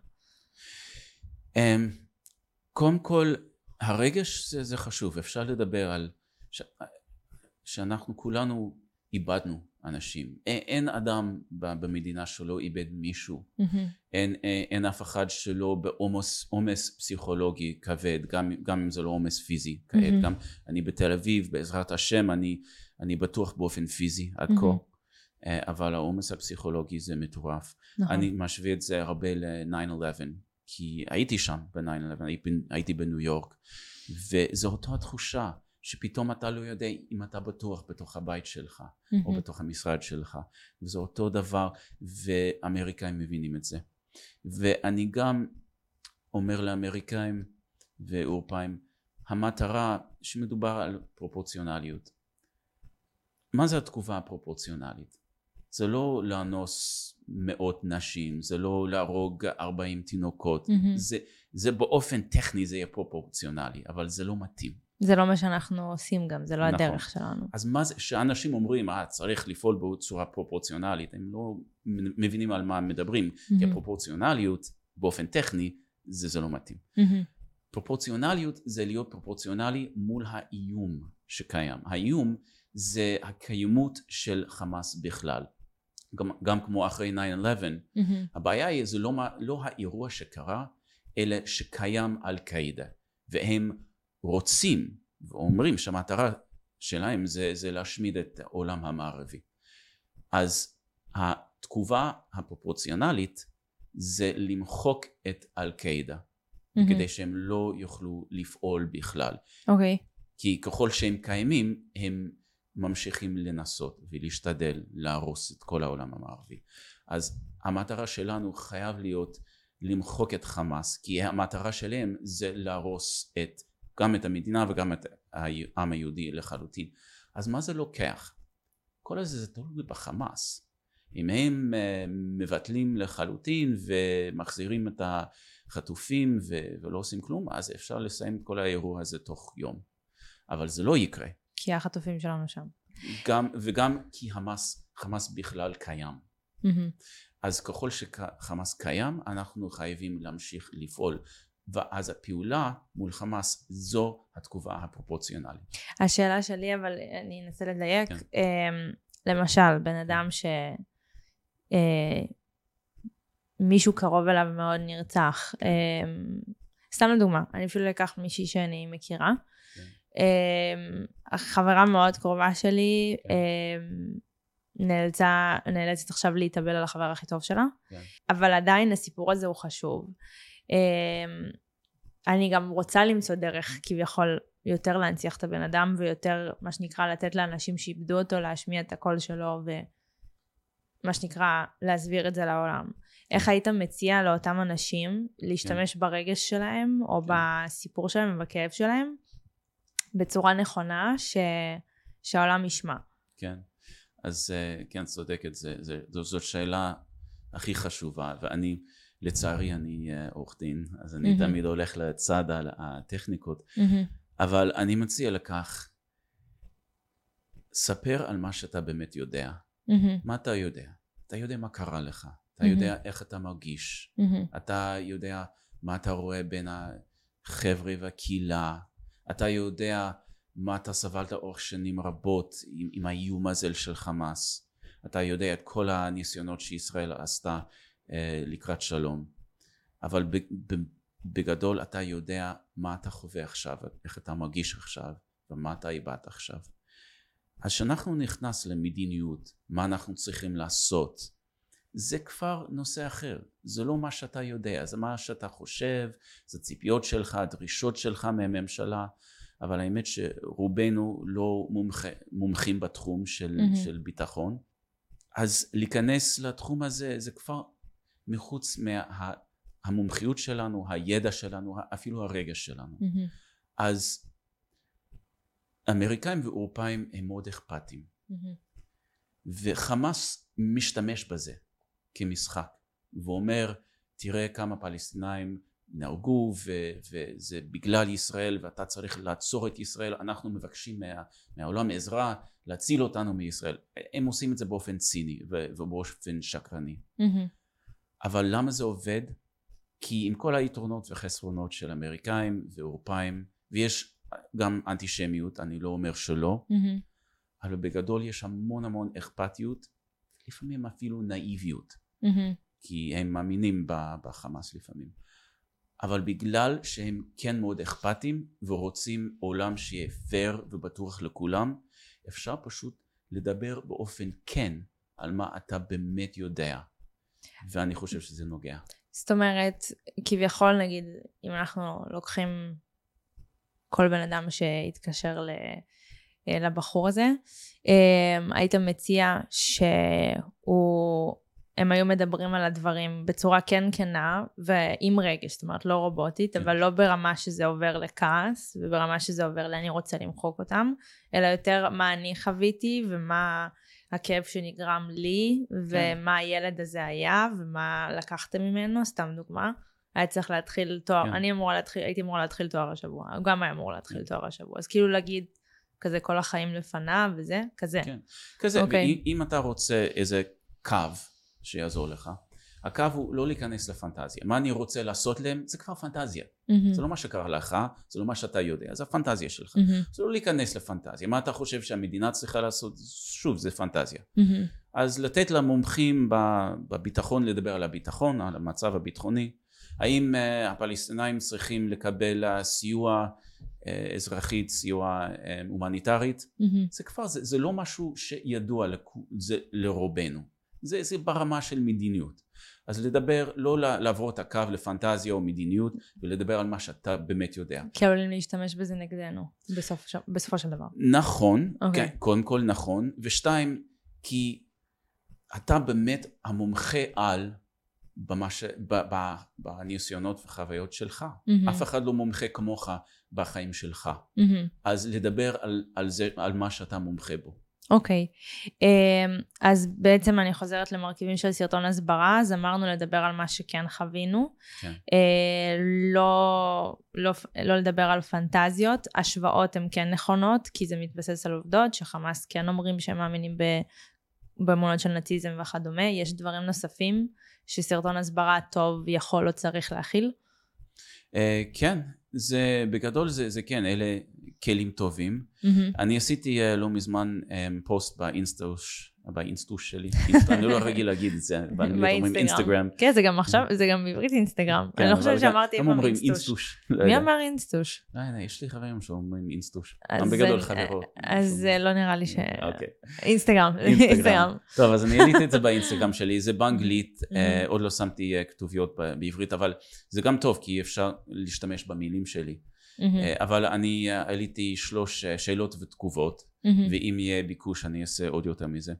קודם כל הרגש זה, זה חשוב, אפשר לדבר על ש... שאנחנו כולנו איבדנו אנשים. אין, אין אדם במדינה שלא איבד מישהו. Mm-hmm. אין, אין, אין אף אחד שלא בעומס עומס פסיכולוגי כבד, גם, גם אם זה לא עומס פיזי כעת. Mm-hmm. גם אני בתל אביב, בעזרת השם, אני, אני בטוח באופן פיזי עד כה. Mm-hmm. אבל העומס הפסיכולוגי זה מטורף. נכון. אני משווה את זה הרבה ל-נין אלבן, כי הייתי שם ב-נין אלבן, הייתי, הייתי בניו יורק, וזו אותה תחושה. שפתאום אתה לא יודע אם אתה בטוח בתוך הבית שלך, mm-hmm. או בתוך המשרד שלך, וזה אותו דבר, ואמריקאים מבינים את זה. ואני גם אומר לאמריקאים ואירופאים, המטרה שמדובר על פרופורציונליות. מה זה התגובה הפרופורציונלית? זה לא לאנוס מאות נשים, זה לא להרוג ארבעים תינוקות, mm-hmm. זה, זה באופן טכני זה יהיה פרופורציונלי, אבל זה לא מתאים. זה לא מה שאנחנו עושים גם, זה לא נכון. הדרך שלנו. אז מה זה, שאנשים אומרים, אה, צריך לפעול בצורה פרופורציונלית, הם לא מבינים על מה הם מדברים, mm-hmm. כי הפרופורציונליות באופן טכני, זה, זה לא מתאים. Mm-hmm. פרופורציונליות זה להיות פרופורציונלי מול האיום שקיים. האיום זה הקיימות של חמאס בכלל. גם, גם כמו אחרי נין אלבן, mm-hmm. הבעיה היא, זה לא, לא האירוע שקרה, אלא שקיים אל קאידה, והם רוצים ואומרים שהמטרה שלהם זה, זה להשמיד את העולם המערבי. אז התגובה הפרופורציונלית זה למחוק את אל קאידה, mm-hmm. כדי שהם לא יוכלו לפעול בכלל. אוקיי. Okay. כי ככל שהם קיימים הם ממשיכים לנסות ולהשתדל להרוס את כל העולם המערבי. אז המטרה שלנו חייב להיות למחוק את חמאס, כי המטרה שלהם זה להרוס את גם את המדינה וגם את העם היהודי לחלוטין. אז מה זה לוקח? כל הזה זה תלוי בחמאס. אם הם מבטלים לחלוטין ומחזירים את החטופים ולא עושים כלום, אז אפשר לסיים את כל האירוע הזה תוך יום. אבל זה לא יקרה. כי החטופים שלנו שם. גם, וגם כי חמאס, חמאס בכלל קיים. Mm-hmm. אז ככל שחמאס קיים, אנחנו חייבים להמשיך לפעול. ואז הפעולה מול חמאס זו התגובה הפרופורציונלית. השאלה שלי, אבל אני אנסה לדייק, כן. למשל, בן אדם שמישהו קרוב אליו מאוד נרצח, כן. סתם לדוגמה, אני אפילו לקח מישהי שאני מכירה, כן. החברה מאוד קרובה שלי, כן. נאלצה, נאלצת עכשיו להתאבל על החבר הכי טוב שלה, כן. אבל עדיין הסיפור הזה הוא חשוב. אני גם רוצה למצוא דרך כביכול יותר להנציח את הבן אדם ויותר מה שנקרא לתת לאנשים שאיבדו אותו להשמיע את הקול שלו ומה שנקרא להסביר את זה לעולם. איך היית מציע לאותם אנשים להשתמש ברגש שלהם או בסיפור שלהם ובכאב שלהם בצורה נכונה ש... שהעולם ישמע? כן, אז כן, צודקת, זה, זה, זאת שאלה הכי חשובה, ואני לצערי אני עורך דין, אז אני mm-hmm. תמיד הולך לצד הטכניקות, mm-hmm. אבל אני מציע לכך, ספר על מה שאתה באמת יודע. Mm-hmm. מה אתה יודע? אתה יודע מה קרה לך, אתה mm-hmm. יודע איך אתה מרגיש, mm-hmm. אתה יודע מה אתה רואה בין החבר'ה והקהילה, אתה יודע מה אתה סבלת אורך שנים רבות עם, עם האיום הזה של חמאס, אתה יודע את כל הניסיונות שישראל עשתה לקראת שלום, אבל בגדול אתה יודע מה אתה חווה עכשיו, איך אתה מרגיש עכשיו ומה אתה איבדת עכשיו. אז כשאנחנו נכנס למדיניות, מה אנחנו צריכים לעשות, זה כבר נושא אחר, זה לא מה שאתה יודע, זה מה שאתה חושב, זה ציפיות שלך, דרישות שלך מהממשלה, אבל האמת שרובנו לא מומח, מומחים בתחום של, mm-hmm. של ביטחון, אז להיכנס לתחום הזה זה כבר מחוץ מהמומחיות שלנו, הידע שלנו, אפילו הרגש שלנו. Mm-hmm. אז אמריקאים ואירופאים הם מאוד אכפתיים. Mm-hmm. וחמאס משתמש בזה כמשחק, ואומר, תראה כמה פלסטינאים נהרגו, ו- וזה בגלל ישראל, ואתה צריך לעצור את ישראל, אנחנו מבקשים מה- מהעולם עזרה, להציל אותנו מישראל. הם עושים את זה באופן ציני ובאופן שקרני. Mm-hmm. אבל למה זה עובד? כי עם כל היתרונות וחסרונות של אמריקאים ואירופאים, ויש גם אנטישמיות, אני לא אומר שלא, mm-hmm. אבל בגדול יש המון המון אכפתיות, לפעמים אפילו נאיביות, mm-hmm. כי הם מאמינים בחמאס לפעמים. אבל בגלל שהם כן מאוד אכפתיים ורוצים עולם שיהיה פייר ובטוח לכולם, אפשר פשוט לדבר באופן כן על מה אתה באמת יודע. ואני חושב שזה נוגע. זאת אומרת, כביכול נגיד, אם אנחנו לוקחים כל בן אדם שהתקשר לבחור הזה, היית מציע שהוא... הם היו מדברים על הדברים בצורה כן כנה ועם רגש, זאת אומרת לא רובוטית, אבל לא ברמה שזה עובר לכעס, וברמה שזה עובר לאני רוצה למחוק אותם, אלא יותר מה אני חוויתי ומה הכאב שנגרם לי, ומה הילד הזה היה, ומה לקחת ממנו, סתם דוגמה. היה צריך להתחיל תואר, אני אמורה להתחיל, הייתי אמורה להתחיל תואר השבוע, הוא גם היה אמור להתחיל תואר השבוע, אז כאילו להגיד כזה כל החיים לפניו וזה, כזה. כן, כזה, ואם אתה רוצה איזה קו, שיעזור לך. הקו הוא לא להיכנס לפנטזיה. מה אני רוצה לעשות להם? זה כבר פנטזיה. Mm-hmm. זה לא מה שקרה לך, זה לא מה שאתה יודע, זה הפנטזיה שלך. Mm-hmm. זה לא להיכנס לפנטזיה. מה אתה חושב שהמדינה צריכה לעשות? שוב, זה פנטזיה. Mm-hmm. אז לתת למומחים בביטחון לדבר על הביטחון, על המצב הביטחוני. האם uh, הפלסטינאים צריכים לקבל סיוע uh, אזרחית, סיוע uh, הומניטרית? Mm-hmm. זה כבר, זה, זה לא משהו שידוע לכו, זה לרובנו. זה, זה ברמה של מדיניות. אז לדבר, לא לעבור את הקו לפנטזיה או מדיניות, ולדבר על מה שאתה באמת יודע. כי עלולים להשתמש בזה נגדנו, בסוף, בסופו של דבר. נכון, okay. כן, קודם כל נכון, ושתיים, כי אתה באמת המומחה על במש... ב... ב... בניסיונות וחוויות שלך. Mm-hmm. אף אחד לא מומחה כמוך בחיים שלך. Mm-hmm. אז לדבר על, על זה, על מה שאתה מומחה בו. אוקיי, אז בעצם אני חוזרת למרכיבים של סרטון הסברה, אז אמרנו לדבר על מה שכן חווינו, כן. לא, לא, לא לדבר על פנטזיות, השוואות הן כן נכונות, כי זה מתבסס על עובדות, שחמאס כן אומרים שהם מאמינים באמונות של נאציזם וכדומה, יש דברים נוספים שסרטון הסברה טוב יכול או צריך להכיל? כן, זה בגדול זה, זה כן, אלה כלים טובים. Mm-hmm. אני עשיתי uh, לא מזמן um, פוסט באינסטוש, באינסטוש שלי, אני לא רגיל להגיד את זה, אבל אני אומרים אינסטגרם. כן, זה גם עכשיו, זה גם בעברית אינסטגרם. אני לא חושבת שאמרתי הם אומרים אינסטוש. מי אמר אינסטוש? לא, יש לי חברים שאומרים אינסטוש. גם בגדול חברות. אז לא נראה לי ש... אינסטגרם. אינסטגרם. טוב, אז אני העליתי את זה באינסטגרם שלי, זה באנגלית, עוד לא שמתי כתוביות בעברית, אבל זה גם טוב, כי אפשר להשתמש במילים שלי. אבל אני העליתי שלוש שאלות ותגובות, ואם יהיה ביקוש אני אעשה עוד יותר מזה.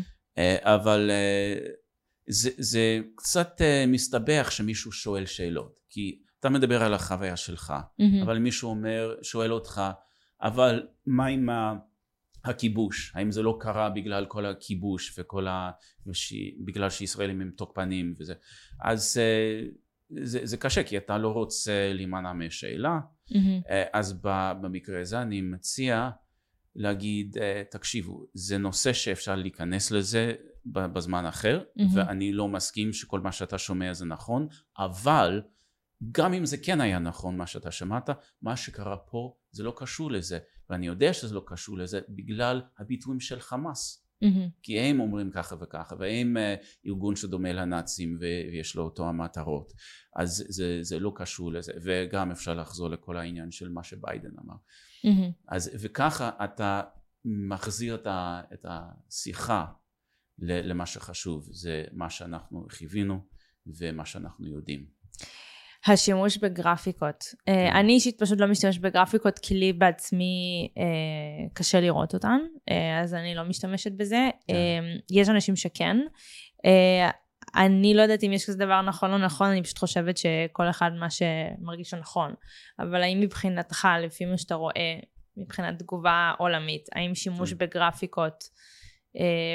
אבל זה, זה קצת מסתבך שמישהו שואל שאלות, כי אתה מדבר על החוויה שלך, אבל מישהו אומר, שואל אותך, אבל מה עם הכיבוש? האם זה לא קרה בגלל כל הכיבוש וכל ה... בגלל שישראלים הם תוקפנים וזה? אז זה, זה קשה, כי אתה לא רוצה להימנע משאלה. Mm-hmm. אז במקרה הזה אני מציע להגיד, תקשיבו, זה נושא שאפשר להיכנס לזה בזמן אחר, mm-hmm. ואני לא מסכים שכל מה שאתה שומע זה נכון, אבל גם אם זה כן היה נכון מה שאתה שמעת, מה שקרה פה זה לא קשור לזה, ואני יודע שזה לא קשור לזה בגלל הביטויים של חמאס. Mm-hmm. כי הם אומרים ככה וככה, והם uh, ארגון שדומה לנאצים ויש לו אותו המטרות, אז זה, זה לא קשור לזה, וגם אפשר לחזור לכל העניין של מה שביידן אמר. Mm-hmm. אז וככה אתה מחזיר את, ה, את השיחה למה שחשוב, זה מה שאנחנו חווינו ומה שאנחנו יודעים. השימוש בגרפיקות. Mm-hmm. אני אישית פשוט לא משתמש בגרפיקות, כי לי בעצמי אה, קשה לראות אותן, אה, אז אני לא משתמשת בזה. Mm-hmm. אה, יש אנשים שכן. אה, אני לא יודעת אם יש כזה דבר נכון או נכון, אני פשוט חושבת שכל אחד מה שמרגיש נכון. אבל האם מבחינתך, לפי מה שאתה רואה, מבחינת תגובה עולמית, האם שימוש mm-hmm. בגרפיקות אה,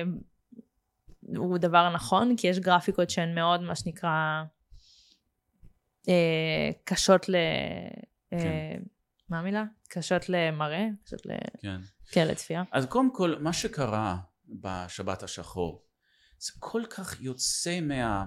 הוא דבר נכון? כי יש גרפיקות שהן מאוד, מה שנקרא... קשות ל... מה המילה? קשות למראה? קשות לצפייה. אז קודם כל, מה שקרה בשבת השחור, זה כל כך יוצא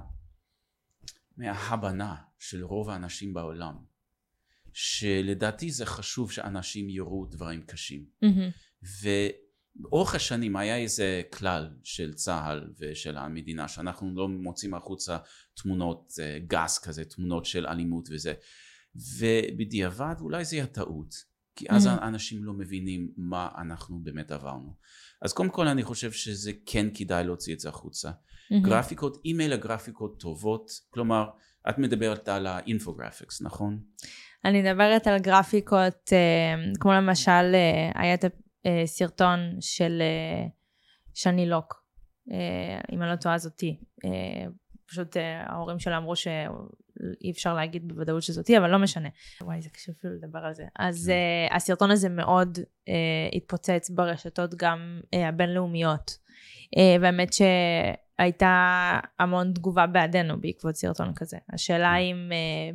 מההבנה של רוב האנשים בעולם, שלדעתי זה חשוב שאנשים יראו דברים קשים. באורך השנים היה איזה כלל של צה"ל ושל המדינה שאנחנו לא מוצאים החוצה תמונות גס כזה, תמונות של אלימות וזה, ובדיעבד אולי זה יהיה טעות, כי אז mm-hmm. אנשים לא מבינים מה אנחנו באמת עברנו. אז קודם כל אני חושב שזה כן כדאי להוציא את זה החוצה. Mm-hmm. גרפיקות, אם אלה גרפיקות טובות, כלומר את מדברת על האינפוגרפיקס, נכון? אני מדברת על גרפיקות כמו למשל היה את סרטון של שני לוק, אם אני לא טועה זאתי, פשוט ההורים שלה אמרו שאי אפשר להגיד בוודאות שזאתי, אבל לא משנה. וואי, זה קשה אפילו לדבר על זה. אז הסרטון הזה מאוד התפוצץ ברשתות גם הבינלאומיות, והאמת שהייתה המון תגובה בעדנו בעקבות סרטון כזה. השאלה אם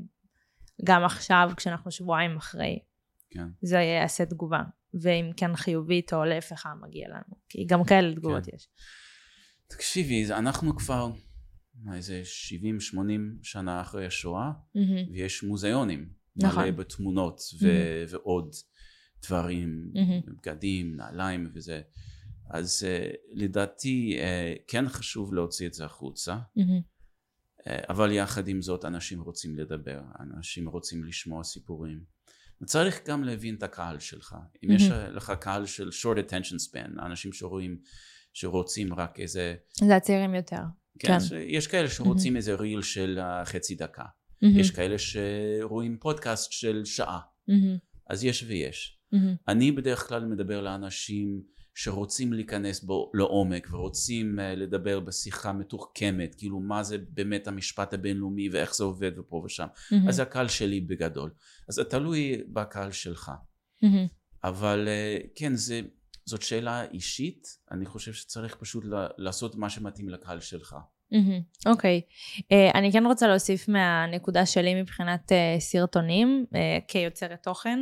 גם עכשיו, כשאנחנו שבועיים אחרי, זה יעשה תגובה. ואם כן חיובית או להפך מגיע לנו, כי גם כאלה תגובות יש. תקשיבי, אנחנו כבר איזה שבעים שמונים שנה אחרי השואה, ויש מוזיאונים מלא בתמונות ועוד דברים, בגדים, נעליים וזה. אז לדעתי כן חשוב להוציא את זה החוצה, אבל יחד עם זאת אנשים רוצים לדבר, אנשים רוצים לשמוע סיפורים. צריך גם להבין את הקהל שלך. אם יש לך קהל של short attention span, אנשים שרואים, שרוצים רק איזה... זה הצעירים יותר. כן, יש כאלה שרוצים איזה ריל של חצי דקה. יש כאלה שרואים פודקאסט של שעה. אז יש ויש. אני בדרך כלל מדבר לאנשים שרוצים להיכנס בו לעומק, ורוצים לדבר בשיחה מתוחכמת, כאילו מה זה באמת המשפט הבינלאומי, ואיך זה עובד ופה ושם. אז זה הקהל שלי בגדול. אז זה תלוי בקהל שלך. אבל כן, זה, זאת שאלה אישית, אני חושב שצריך פשוט לעשות מה שמתאים לקהל שלך. אוקיי. אני כן רוצה להוסיף מהנקודה שלי מבחינת סרטונים, כיוצרת תוכן.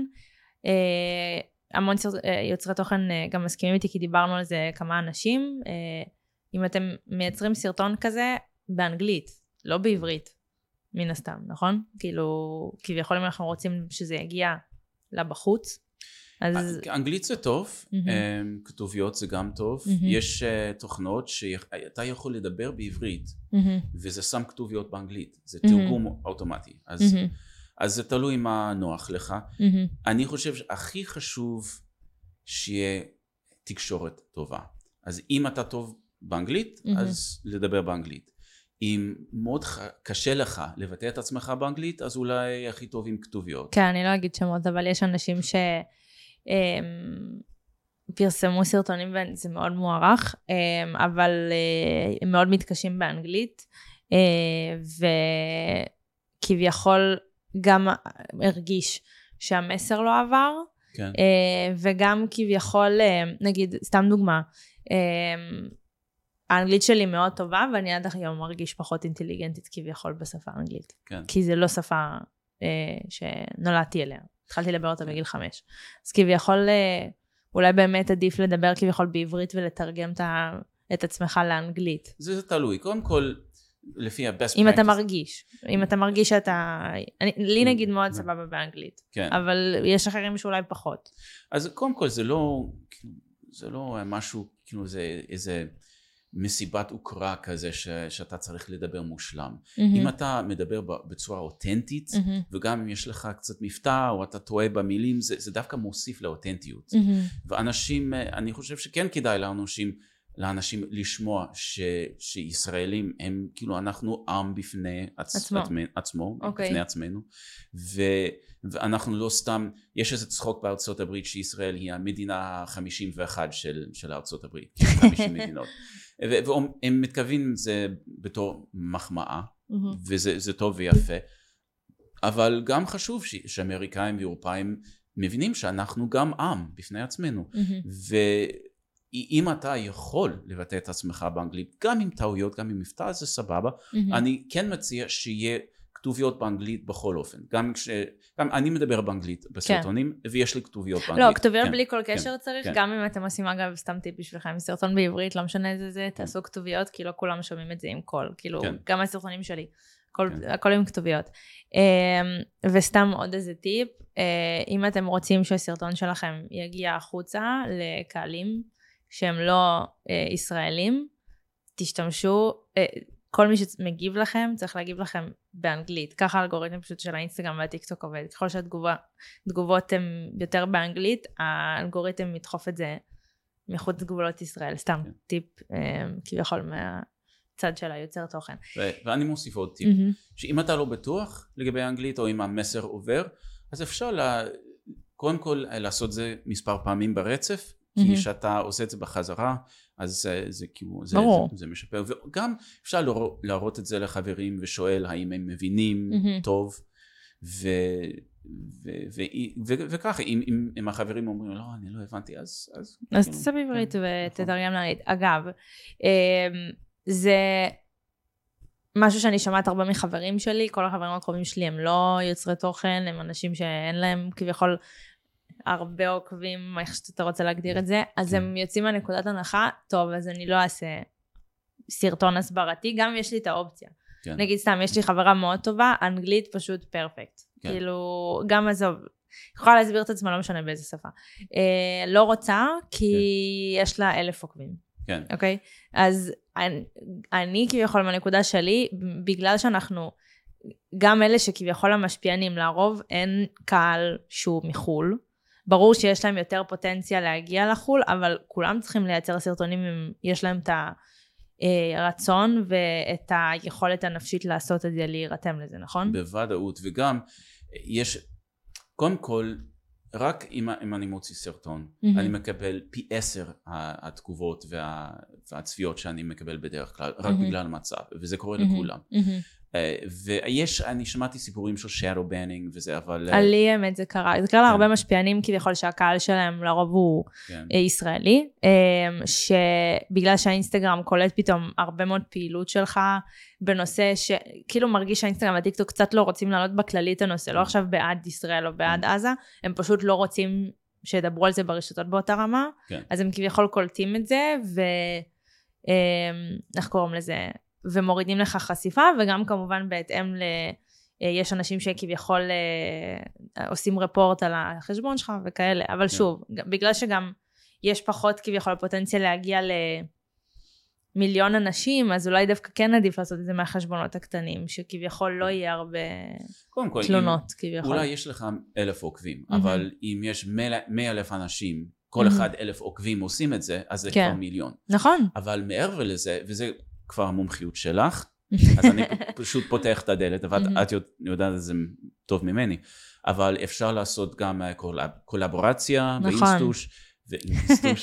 המון יוצרי תוכן גם מסכימים איתי, כי דיברנו על זה כמה אנשים. אם אתם מייצרים סרטון כזה באנגלית, לא בעברית, מן הסתם, נכון? כאילו, כביכול אם אנחנו רוצים שזה יגיע לבחוץ, אז... אנגלית זה טוב, כתוביות זה גם טוב. יש תוכנות שאתה יכול לדבר בעברית, וזה שם כתוביות באנגלית. זה תרגום אוטומטי. אז... אז זה תלוי מה נוח לך. Mm-hmm. אני חושב שהכי חשוב שיהיה תקשורת טובה. אז אם אתה טוב באנגלית, mm-hmm. אז לדבר באנגלית. אם מאוד ח... קשה לך לבטא את עצמך באנגלית, אז אולי הכי טוב עם כתוביות. כן, אני לא אגיד שמות, אבל יש אנשים שפרסמו סרטונים, וזה מאוד מוערך, אבל הם מאוד מתקשים באנגלית, וכביכול... גם הרגיש שהמסר לא עבר, כן. וגם כביכול, נגיד, סתם דוגמה, האנגלית שלי מאוד טובה, ואני עד היום מרגיש פחות אינטליגנטית כביכול בשפה האנגלית. כן. כי זה לא שפה שנולדתי אליה. התחלתי לדבר אותה בגיל חמש. אז כביכול, אולי באמת עדיף לדבר כביכול בעברית, ולתרגם את עצמך לאנגלית. זה, זה תלוי. קודם כל, לפי ה-best אם אתה מרגיש, אם אתה מרגיש שאתה, לי נגיד מאוד סבבה באנגלית, אבל יש אחרים שאולי פחות. אז קודם כל זה לא, זה לא משהו, כאילו זה איזה מסיבת הוקרה כזה שאתה צריך לדבר מושלם. אם אתה מדבר בצורה אותנטית, וגם אם יש לך קצת מבטא, או אתה טועה במילים, זה דווקא מוסיף לאותנטיות. ואנשים, אני חושב שכן כדאי לאנשים, לאנשים לשמוע ש, שישראלים הם כאילו אנחנו עם בפני עצ, עצמו, עצמו okay. בפני עצמנו, ו, ואנחנו לא סתם, יש איזה צחוק בארצות הברית שישראל היא המדינה ה-חמישים ואחת של, של ארצות הברית, חמישים מדינות, ו, והם מתכוונים זה בתור מחמאה, mm-hmm. וזה זה טוב ויפה, אבל גם חשוב ש, שאמריקאים ואירופאים מבינים שאנחנו גם עם בפני עצמנו, mm-hmm. ו... אם אתה יכול לבטא את עצמך באנגלית, גם עם טעויות, גם עם מבטא, זה סבבה. Mm-hmm. אני כן מציע שיהיה כתוביות באנגלית בכל אופן. גם כש... גם אני מדבר באנגלית בסרטונים, כן. ויש לי כתוביות באנגלית. לא, כתוביות כן, בלי כל קשר כן, צריך, כן. גם אם אתם עושים אגב סתם טיפ בשבילכם, סרטון בעברית, לא משנה איזה זה, תעשו כתוביות, כי לא כולם שומעים את זה עם קול. כאילו, כן. גם הסרטונים שלי, כל, כן. הכל עם כתוביות. וסתם עוד איזה טיפ, אם אתם רוצים שהסרטון שלכם יגיע החוצה לקהלים, שהם לא אה, ישראלים, תשתמשו, אה, כל מי שמגיב לכם צריך להגיב לכם באנגלית, ככה האלגוריתם פשוט של האינסטגרם והטיקטוק עובד, ככל שהתגובות הן יותר באנגלית, האלגוריתם ידחוף את זה מחוץ לגבולות ישראל, סתם כן. טיפ אה, כביכול מהצד של היוצר תוכן. ו- ואני מוסיף עוד טיפ, mm-hmm. שאם אתה לא בטוח לגבי האנגלית או אם המסר עובר, אז אפשר לה, קודם כל לעשות זה מספר פעמים ברצף, כי כשאתה עושה את זה בחזרה, אז זה, זה, כאילו, זה, זה, זה משפר, וגם אפשר להראות, להראות את זה לחברים ושואל האם הם מבינים טוב, ו, ו, ו, ו, ו, וככה, אם, אם, אם החברים אומרים, לא, אני לא הבנתי, אז... אז, אז תעשה בעברית ותתרגם לאנגלית. אגב, זה משהו שאני שומעת הרבה מחברים שלי, כל החברים הקרובים שלי הם לא יוצרי תוכן, הם אנשים שאין להם כביכול... הרבה עוקבים, איך שאתה רוצה להגדיר את זה, אז הם יוצאים מהנקודת הנחה, טוב, אז אני לא אעשה סרטון הסברתי, גם אם יש לי את האופציה. נגיד סתם, יש לי חברה מאוד טובה, אנגלית פשוט פרפקט. כאילו, גם עזוב, יכולה להסביר את עצמה, לא משנה באיזה שפה. לא רוצה, כי יש לה אלף עוקבים. אוקיי? אז אני כביכול מהנקודה שלי, בגלל שאנחנו, גם אלה שכביכול המשפיענים, לרוב אין קהל שהוא מחול, ברור שיש להם יותר פוטנציה להגיע לחול, אבל כולם צריכים לייצר סרטונים אם יש להם את הרצון ואת היכולת הנפשית לעשות את זה, להירתם לזה, נכון? בוודאות, וגם יש, קודם כל, רק אם, אם אני מוציא סרטון, mm-hmm. אני מקבל פי עשר התגובות וה, והצפיות שאני מקבל בדרך כלל, רק mm-hmm. בגלל המצב, וזה קורה mm-hmm. לכולם. Mm-hmm. ויש, אני שמעתי סיפורים של shadow banning וזה, אבל... עלי האמת זה קרה, זה קרה להרבה משפיענים כביכול שהקהל שלהם לרוב הוא ישראלי, שבגלל שהאינסטגרם קולט פתאום הרבה מאוד פעילות שלך בנושא שכאילו מרגיש שהאינסטגרם והטיקטוק קצת לא רוצים לעלות בכללית הנושא, לא עכשיו בעד ישראל או בעד עזה, הם פשוט לא רוצים שידברו על זה ברשתות באותה רמה, אז הם כביכול קולטים את זה, ואיך קוראים לזה? ומורידים לך חשיפה, וגם כמובן בהתאם ל... יש אנשים שכביכול עושים רפורט על החשבון שלך וכאלה, אבל שוב, בגלל שגם יש פחות כביכול פוטנציה להגיע למיליון אנשים, אז אולי דווקא כן עדיף לעשות את זה מהחשבונות הקטנים, שכביכול לא יהיה הרבה תלונות כביכול. אולי יש לך אלף עוקבים, אבל אם יש מאה אלף אנשים, כל אחד אלף עוקבים עושים את זה, אז זה כבר מיליון. נכון. אבל מעבר לזה, וזה כבר המומחיות שלך, אז אני פשוט פותח את הדלת, ואת יודעת את זה טוב ממני, אבל אפשר לעשות גם קולבורציה ואינסטוש, ואינסטוש,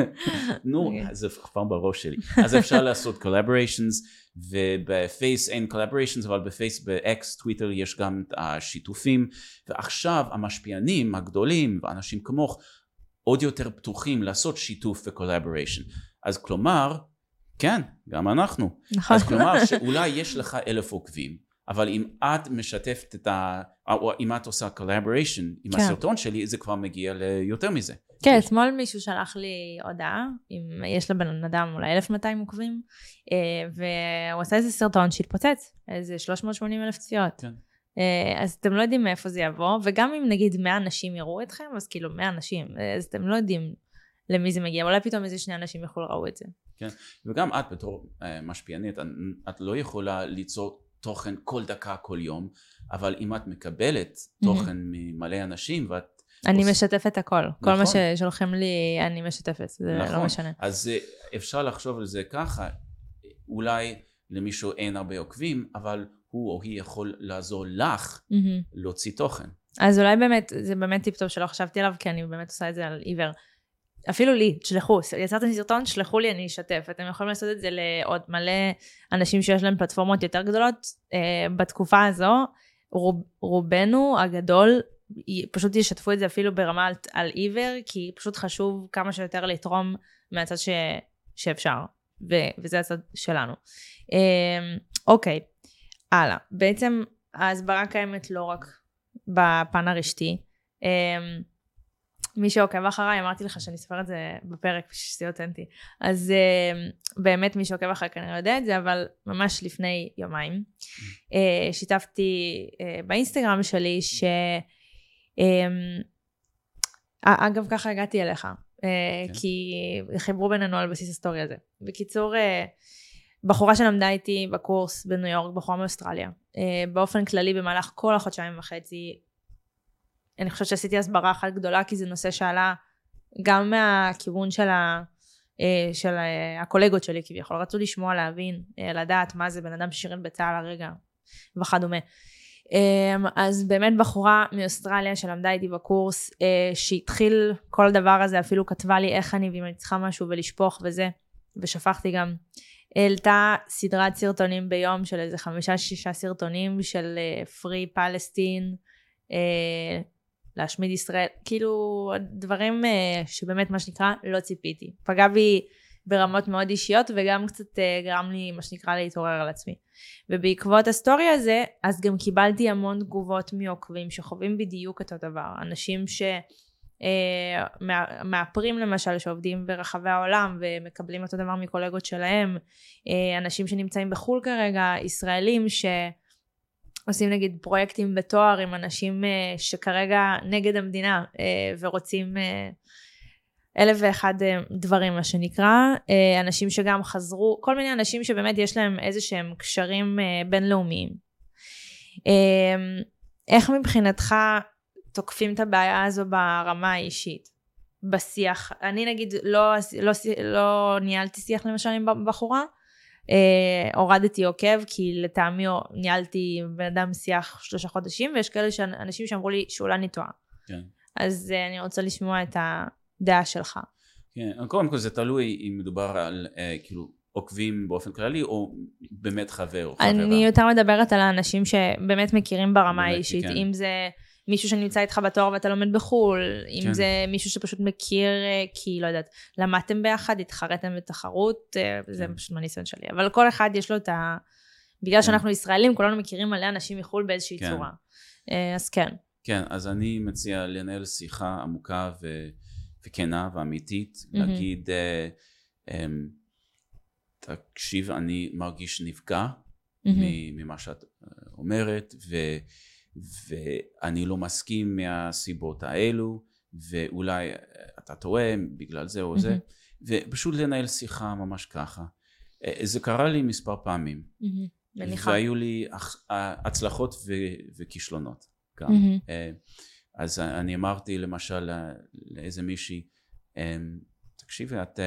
נו, זה כבר בראש שלי, אז אפשר לעשות collaborations, ובפייס אין collaborations, אבל בפייס, באקס, טוויטר יש גם השיתופים, ועכשיו המשפיענים הגדולים, ואנשים כמוך, עוד יותר פתוחים לעשות שיתוף וקולבוריישן, אז כלומר, כן, גם אנחנו. נכון. אז כלומר שאולי יש לך אלף עוקבים, אבל אם את משתפת את ה... או אם את עושה collaboration עם כן. הסרטון שלי, זה כבר מגיע ליותר מזה. כן, אתמול מישהו שלח לי הודעה, אם יש לבן אדם אולי אלף ומאתיים עוקבים, והוא עשה איזה סרטון שהתפוצץ, איזה שלוש מאות ושמונים אלף צפיות. כן. אז אתם לא יודעים מאיפה זה יבוא, וגם אם נגיד מאה אנשים יראו אתכם, אז כאילו מאה אנשים, אז אתם לא יודעים למי זה מגיע, אולי פתאום איזה שני אנשים יכולו ראו את זה. כן, וגם את בתור uh, משפיענית, את לא יכולה ליצור תוכן כל דקה, כל יום, אבל אם את מקבלת תוכן mm-hmm. ממלא אנשים, ואת... אני עוש... משתפת הכל, נכון. כל מה ששולחים לי אני משתפת, זה נכון. לא משנה. אז אפשר לחשוב על זה ככה, אולי למישהו אין הרבה עוקבים, אבל הוא או היא יכול לעזור לך mm-hmm. להוציא תוכן. אז אולי באמת, זה באמת טיפ טוב שלא חשבתי עליו, כי אני באמת עושה את זה על עיוור. אפילו לי, תשלחו, יצרתם סרטון, שלחו לי, אני אשתף. אתם יכולים לעשות את זה לעוד מלא אנשים שיש להם פלטפורמות יותר גדולות. אה, בתקופה הזו, רוב, רובנו הגדול, פשוט ישתפו את זה אפילו ברמה על, על עיוור, כי פשוט חשוב כמה שיותר לתרום מהצד ש, שאפשר, ו, וזה הצד שלנו. אה, אוקיי, הלאה. בעצם ההסברה קיימת לא רק בפן הרשתי, אה, מי שעוקב אחריי, אמרתי לך שאני אספר את זה בפרק, שזה אותנטי. אז uh, באמת מי שעוקב אחריי כנראה יודע את זה, אבל ממש לפני יומיים, uh, שיתפתי uh, באינסטגרם שלי, ש... Um, אגב, ככה הגעתי אליך. כי חיברו בינינו על בסיס הסטורי הזה. בקיצור, בחורה שלמדה איתי בקורס בניו יורק, בחורה מאוסטרליה. באופן כללי, במהלך כל החודשיים וחצי, אני חושבת שעשיתי הסברה אחת גדולה, כי זה נושא שעלה גם מהכיוון של, ה, של הקולגות שלי, כביכול. רצו לשמוע, להבין, לדעת מה זה בן אדם ששירת בצהל הרגע, וכדומה. אז באמת בחורה מאוסטרליה שלמדה איתי בקורס, שהתחיל כל הדבר הזה, אפילו כתבה לי איך אני, ואם אני צריכה משהו ולשפוך וזה, ושפכתי גם, העלתה סדרת סרטונים ביום של איזה חמישה שישה סרטונים של פרי פלסטין, להשמיד ישראל, כאילו דברים שבאמת מה שנקרא לא ציפיתי. פגע בי ברמות מאוד אישיות וגם קצת גרם לי מה שנקרא להתעורר על עצמי. ובעקבות הסטורי הזה, אז גם קיבלתי המון תגובות מעוקבים שחווים בדיוק את הדבר. אנשים ש... מאפרים למשל שעובדים ברחבי העולם ומקבלים אותו דבר מקולגות שלהם, אנשים שנמצאים בחול כרגע, ישראלים שעושים נגיד פרויקטים בתואר עם אנשים שכרגע נגד המדינה ורוצים אלף ואחד דברים מה שנקרא, אנשים שגם חזרו, כל מיני אנשים שבאמת יש להם איזה שהם קשרים בינלאומיים. איך מבחינתך תוקפים את הבעיה הזו ברמה האישית, בשיח? אני נגיד לא, לא, לא ניהלתי שיח למשל עם בחורה, אה, הורדתי עוקב, כי לטעמי ניהלתי בן אדם שיח שלושה חודשים, ויש כאלה אנשים שאמרו לי שאולי אני טועה. כן. אז אה, אני רוצה לשמוע את הדעה שלך. כן, קודם כל זה תלוי אם מדובר על אה, כאילו עוקבים באופן כללי, או באמת חבר או חברה. אני יותר מדברת על האנשים שבאמת מכירים ברמה האישית, כן. אם זה... מישהו שנמצא איתך בתואר ואתה לומד בחול, אם כן. זה מישהו שפשוט מכיר, כי לא יודעת, למדתם ביחד, התחרתם בתחרות, כן. זה פשוט מהניסיון שלי. אבל כל אחד יש לו את ה... בגלל כן. שאנחנו ישראלים, כולנו מכירים מלא אנשים מחול באיזושהי כן. צורה. אז כן. כן, אז אני מציע לנהל שיחה עמוקה ו... וכנה ואמיתית, mm-hmm. להגיד, uh, um, תקשיב, אני מרגיש נפגע mm-hmm. ממה שאת אומרת, ו... ואני לא מסכים מהסיבות האלו, ואולי אתה טועה בגלל זה או זה, ופשוט לנהל שיחה ממש ככה. זה קרה לי מספר פעמים, והיו לי הצלחות וכישלונות גם. אז אני אמרתי למשל לאיזה מישהי, תקשיבי, את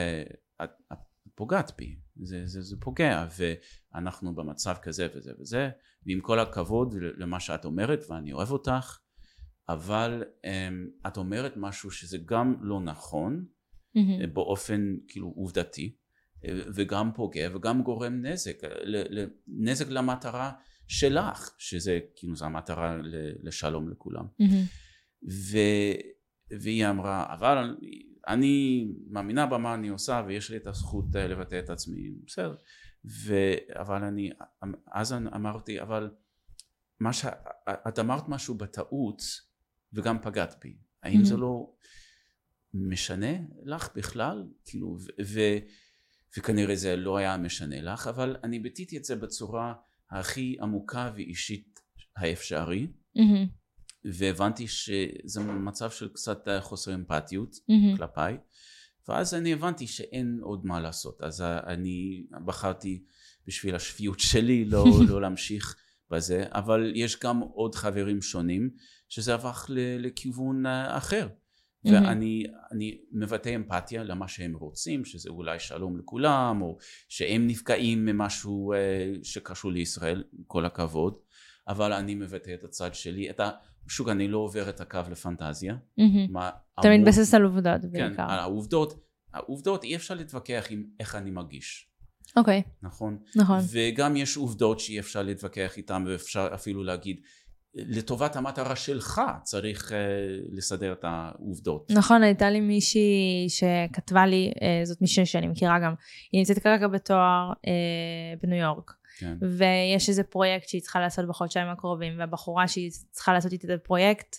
פוגעת בי, זה, זה, זה פוגע, ואנחנו במצב כזה וזה וזה, ועם כל הכבוד למה שאת אומרת, ואני אוהב אותך, אבל um, את אומרת משהו שזה גם לא נכון, mm-hmm. באופן כאילו עובדתי, וגם פוגע, וגם גורם נזק, נזק למטרה שלך, שזה כאילו זו המטרה לשלום לכולם. Mm-hmm. ו, והיא אמרה, אבל אני מאמינה במה אני עושה, ויש לי את הזכות לבטא את עצמי, בסדר. ו... אבל אני, אז אמרתי, אבל מה ש... את אמרת משהו בטעות, וגם פגעת בי. האם mm-hmm. זה לא משנה לך בכלל? כאילו, ו... ו... וכנראה זה לא היה משנה לך, אבל אני ביטאתי את זה בצורה הכי עמוקה ואישית האפשרי, mm-hmm. והבנתי שזה מצב של קצת חוסר אמפתיות mm-hmm. כלפיי, ואז אני הבנתי שאין עוד מה לעשות, אז אני בחרתי בשביל השפיות שלי לא, לא להמשיך בזה, אבל יש גם עוד חברים שונים שזה הפך לכיוון אחר, mm-hmm. ואני אני מבטא אמפתיה למה שהם רוצים, שזה אולי שלום לכולם, או שהם נפגעים ממשהו שקשור לישראל, כל הכבוד, אבל אני מבטא את הצד שלי, את ה... שוק, אני לא עובר את הקו לפנטזיה. אתה מתבסס על עובדות בעיקר. כן, על העובדות. העובדות אי אפשר להתווכח עם איך אני מרגיש. אוקיי. נכון? נכון. וגם יש עובדות שאי אפשר להתווכח איתן, ואפשר אפילו להגיד, לטובת המטרה שלך צריך לסדר את העובדות. נכון, הייתה לי מישהי שכתבה לי, זאת מישהי שאני מכירה גם, היא נמצאת כרגע בתואר בניו יורק. כן. ויש איזה פרויקט שהיא צריכה לעשות בחודשיים הקרובים, והבחורה שהיא צריכה לעשות איתה את הפרויקט,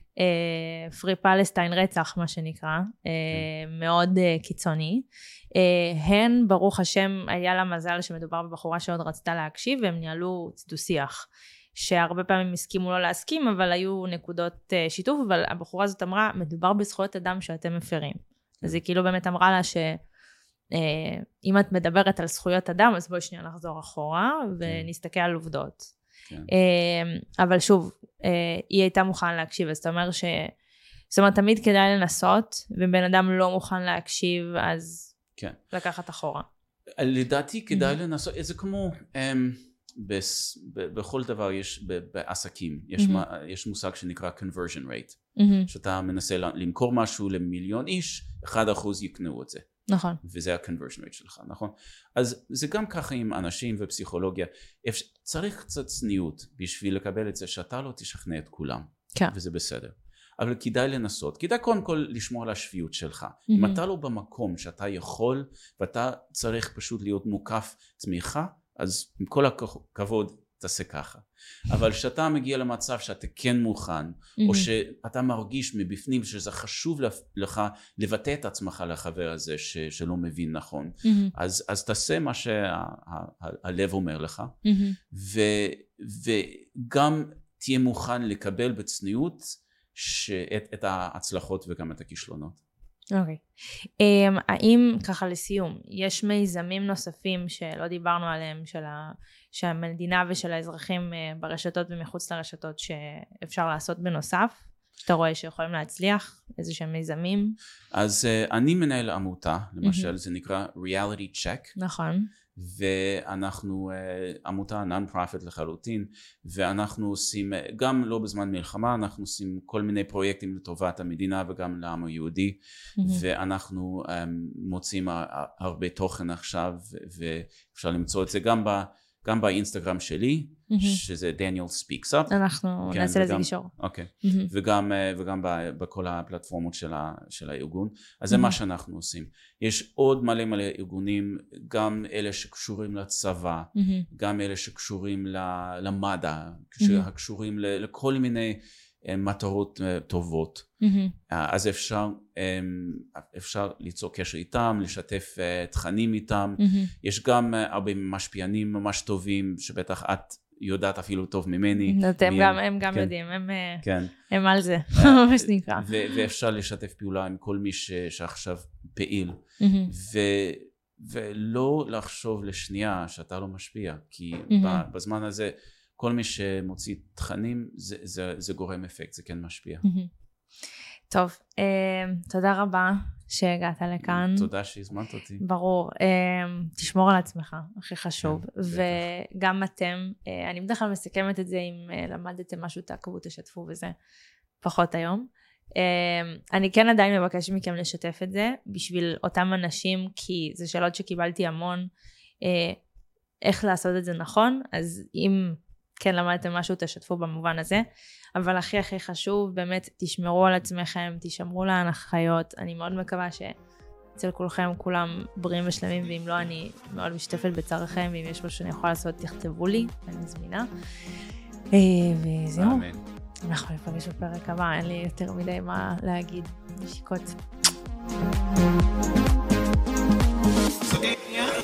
פרי פלסטיין רצח מה שנקרא, כן. מאוד קיצוני. הן ברוך השם היה לה מזל שמדובר בבחורה שעוד רצתה להקשיב, והם ניהלו דו שיח, שהרבה פעמים הסכימו לא להסכים, אבל היו נקודות שיתוף, אבל הבחורה הזאת אמרה, מדובר בזכויות אדם שאתם מפרים. אז היא כאילו באמת אמרה לה ש... אם את מדברת על זכויות אדם, אז בואי שנייה נחזור אחורה, ונסתכל על עובדות. אבל שוב, היא הייתה מוכן להקשיב, אז אתה אומר ש... זאת אומרת, תמיד כדאי לנסות, ובן אדם לא מוכן להקשיב, אז לקחת אחורה. לדעתי כדאי לנסות, זה כמו... בכל דבר יש, בעסקים, יש מושג שנקרא conversion rate, שאתה מנסה למכור משהו למיליון איש, אחד אחוז יקנו את זה. נכון. וזה ה-conversion rate שלך, נכון? אז זה גם ככה עם אנשים ופסיכולוגיה, צריך קצת צניעות בשביל לקבל את זה שאתה לא תשכנע את כולם, כן. וזה בסדר. אבל כדאי לנסות, כדאי קודם כל לשמור על השפיות שלך. Mm-hmm. אם אתה לא במקום שאתה יכול, ואתה צריך פשוט להיות מוקף תמיכה, אז עם כל הכבוד תעשה ככה. אבל שאתה מגיע למצב שאתה כן מוכן, mm-hmm. או שאתה מרגיש מבפנים שזה חשוב לך לבטא את עצמך לחבר הזה ש, שלא מבין נכון, mm-hmm. אז, אז תעשה מה שהלב אומר לך, mm-hmm. ו, וגם תהיה מוכן לקבל בצניעות שאת, את ההצלחות וגם את הכישלונות. אוקיי. Okay. um, האם ככה לסיום, יש מיזמים נוספים שלא דיברנו עליהם, של, ה, של המדינה ושל האזרחים uh, ברשתות ומחוץ לרשתות שאפשר לעשות בנוסף, שאתה רואה שיכולים להצליח, איזה שהם מיזמים? אז uh, אני מנהל עמותה, למשל, mm-hmm. זה נקרא Reality Check. נכון. ואנחנו עמותה non-profit לחלוטין, ואנחנו עושים, גם לא בזמן מלחמה, אנחנו עושים כל מיני פרויקטים לטובת המדינה וגם לעם היהודי, mm-hmm. ואנחנו um, מוצאים הרבה תוכן עכשיו, ואפשר למצוא את זה גם, ב, גם באינסטגרם שלי, mm-hmm. שזה Daniel Speaks Up. אנחנו כן, נעשה לזה גישור. אוקיי, mm-hmm. וגם, וגם בכל הפלטפורמות של, ה, של הארגון, אז זה mm-hmm. מה שאנחנו עושים. יש עוד מלא מלא ארגונים, גם אלה שקשורים לצבא, mm-hmm. גם אלה שקשורים למדע, mm-hmm. שקשורים לכל מיני מטרות טובות. Mm-hmm. אז אפשר, אפשר ליצור קשר איתם, לשתף תכנים איתם. Mm-hmm. יש גם הרבה משפיענים ממש טובים, שבטח את יודעת אפילו טוב ממני. הם גם, הם גם כן. יודעים, הם, כן. הם על זה, מה שנקרא. ו- ואפשר לשתף פעולה עם כל מי ש- שעכשיו פעיל. Mm-hmm. ו- ולא לחשוב לשנייה שאתה לא משפיע, כי mm-hmm. בזמן הזה, כל מי שמוציא תכנים, זה, זה, זה גורם אפקט, זה כן משפיע. טוב, תודה רבה שהגעת לכאן. תודה שהזמנת אותי. ברור, תשמור על עצמך, הכי חשוב. וגם אתם, אני בדרך כלל מסכמת את זה, אם למדתם משהו, תעקבו, תשתפו וזה, פחות היום. אני כן עדיין מבקש מכם לשתף את זה, בשביל אותם אנשים, כי זה שאלות שקיבלתי המון, איך לעשות את זה נכון, אז אם כן למדתם משהו, תשתפו במובן הזה, אבל הכי הכי חשוב, באמת תשמרו על עצמכם, תשמרו להנחיות, אני מאוד מקווה שאצל כולכם כולם בריאים ושלמים, ואם לא, אני מאוד משתפת בצערכם, ואם יש משהו שאני יכולה לעשות, תכתבו לי, אני זמינה. וזהו, אנחנו נפגש בפרק הבא, אין לי יותר מדי מה להגיד, נשיקות.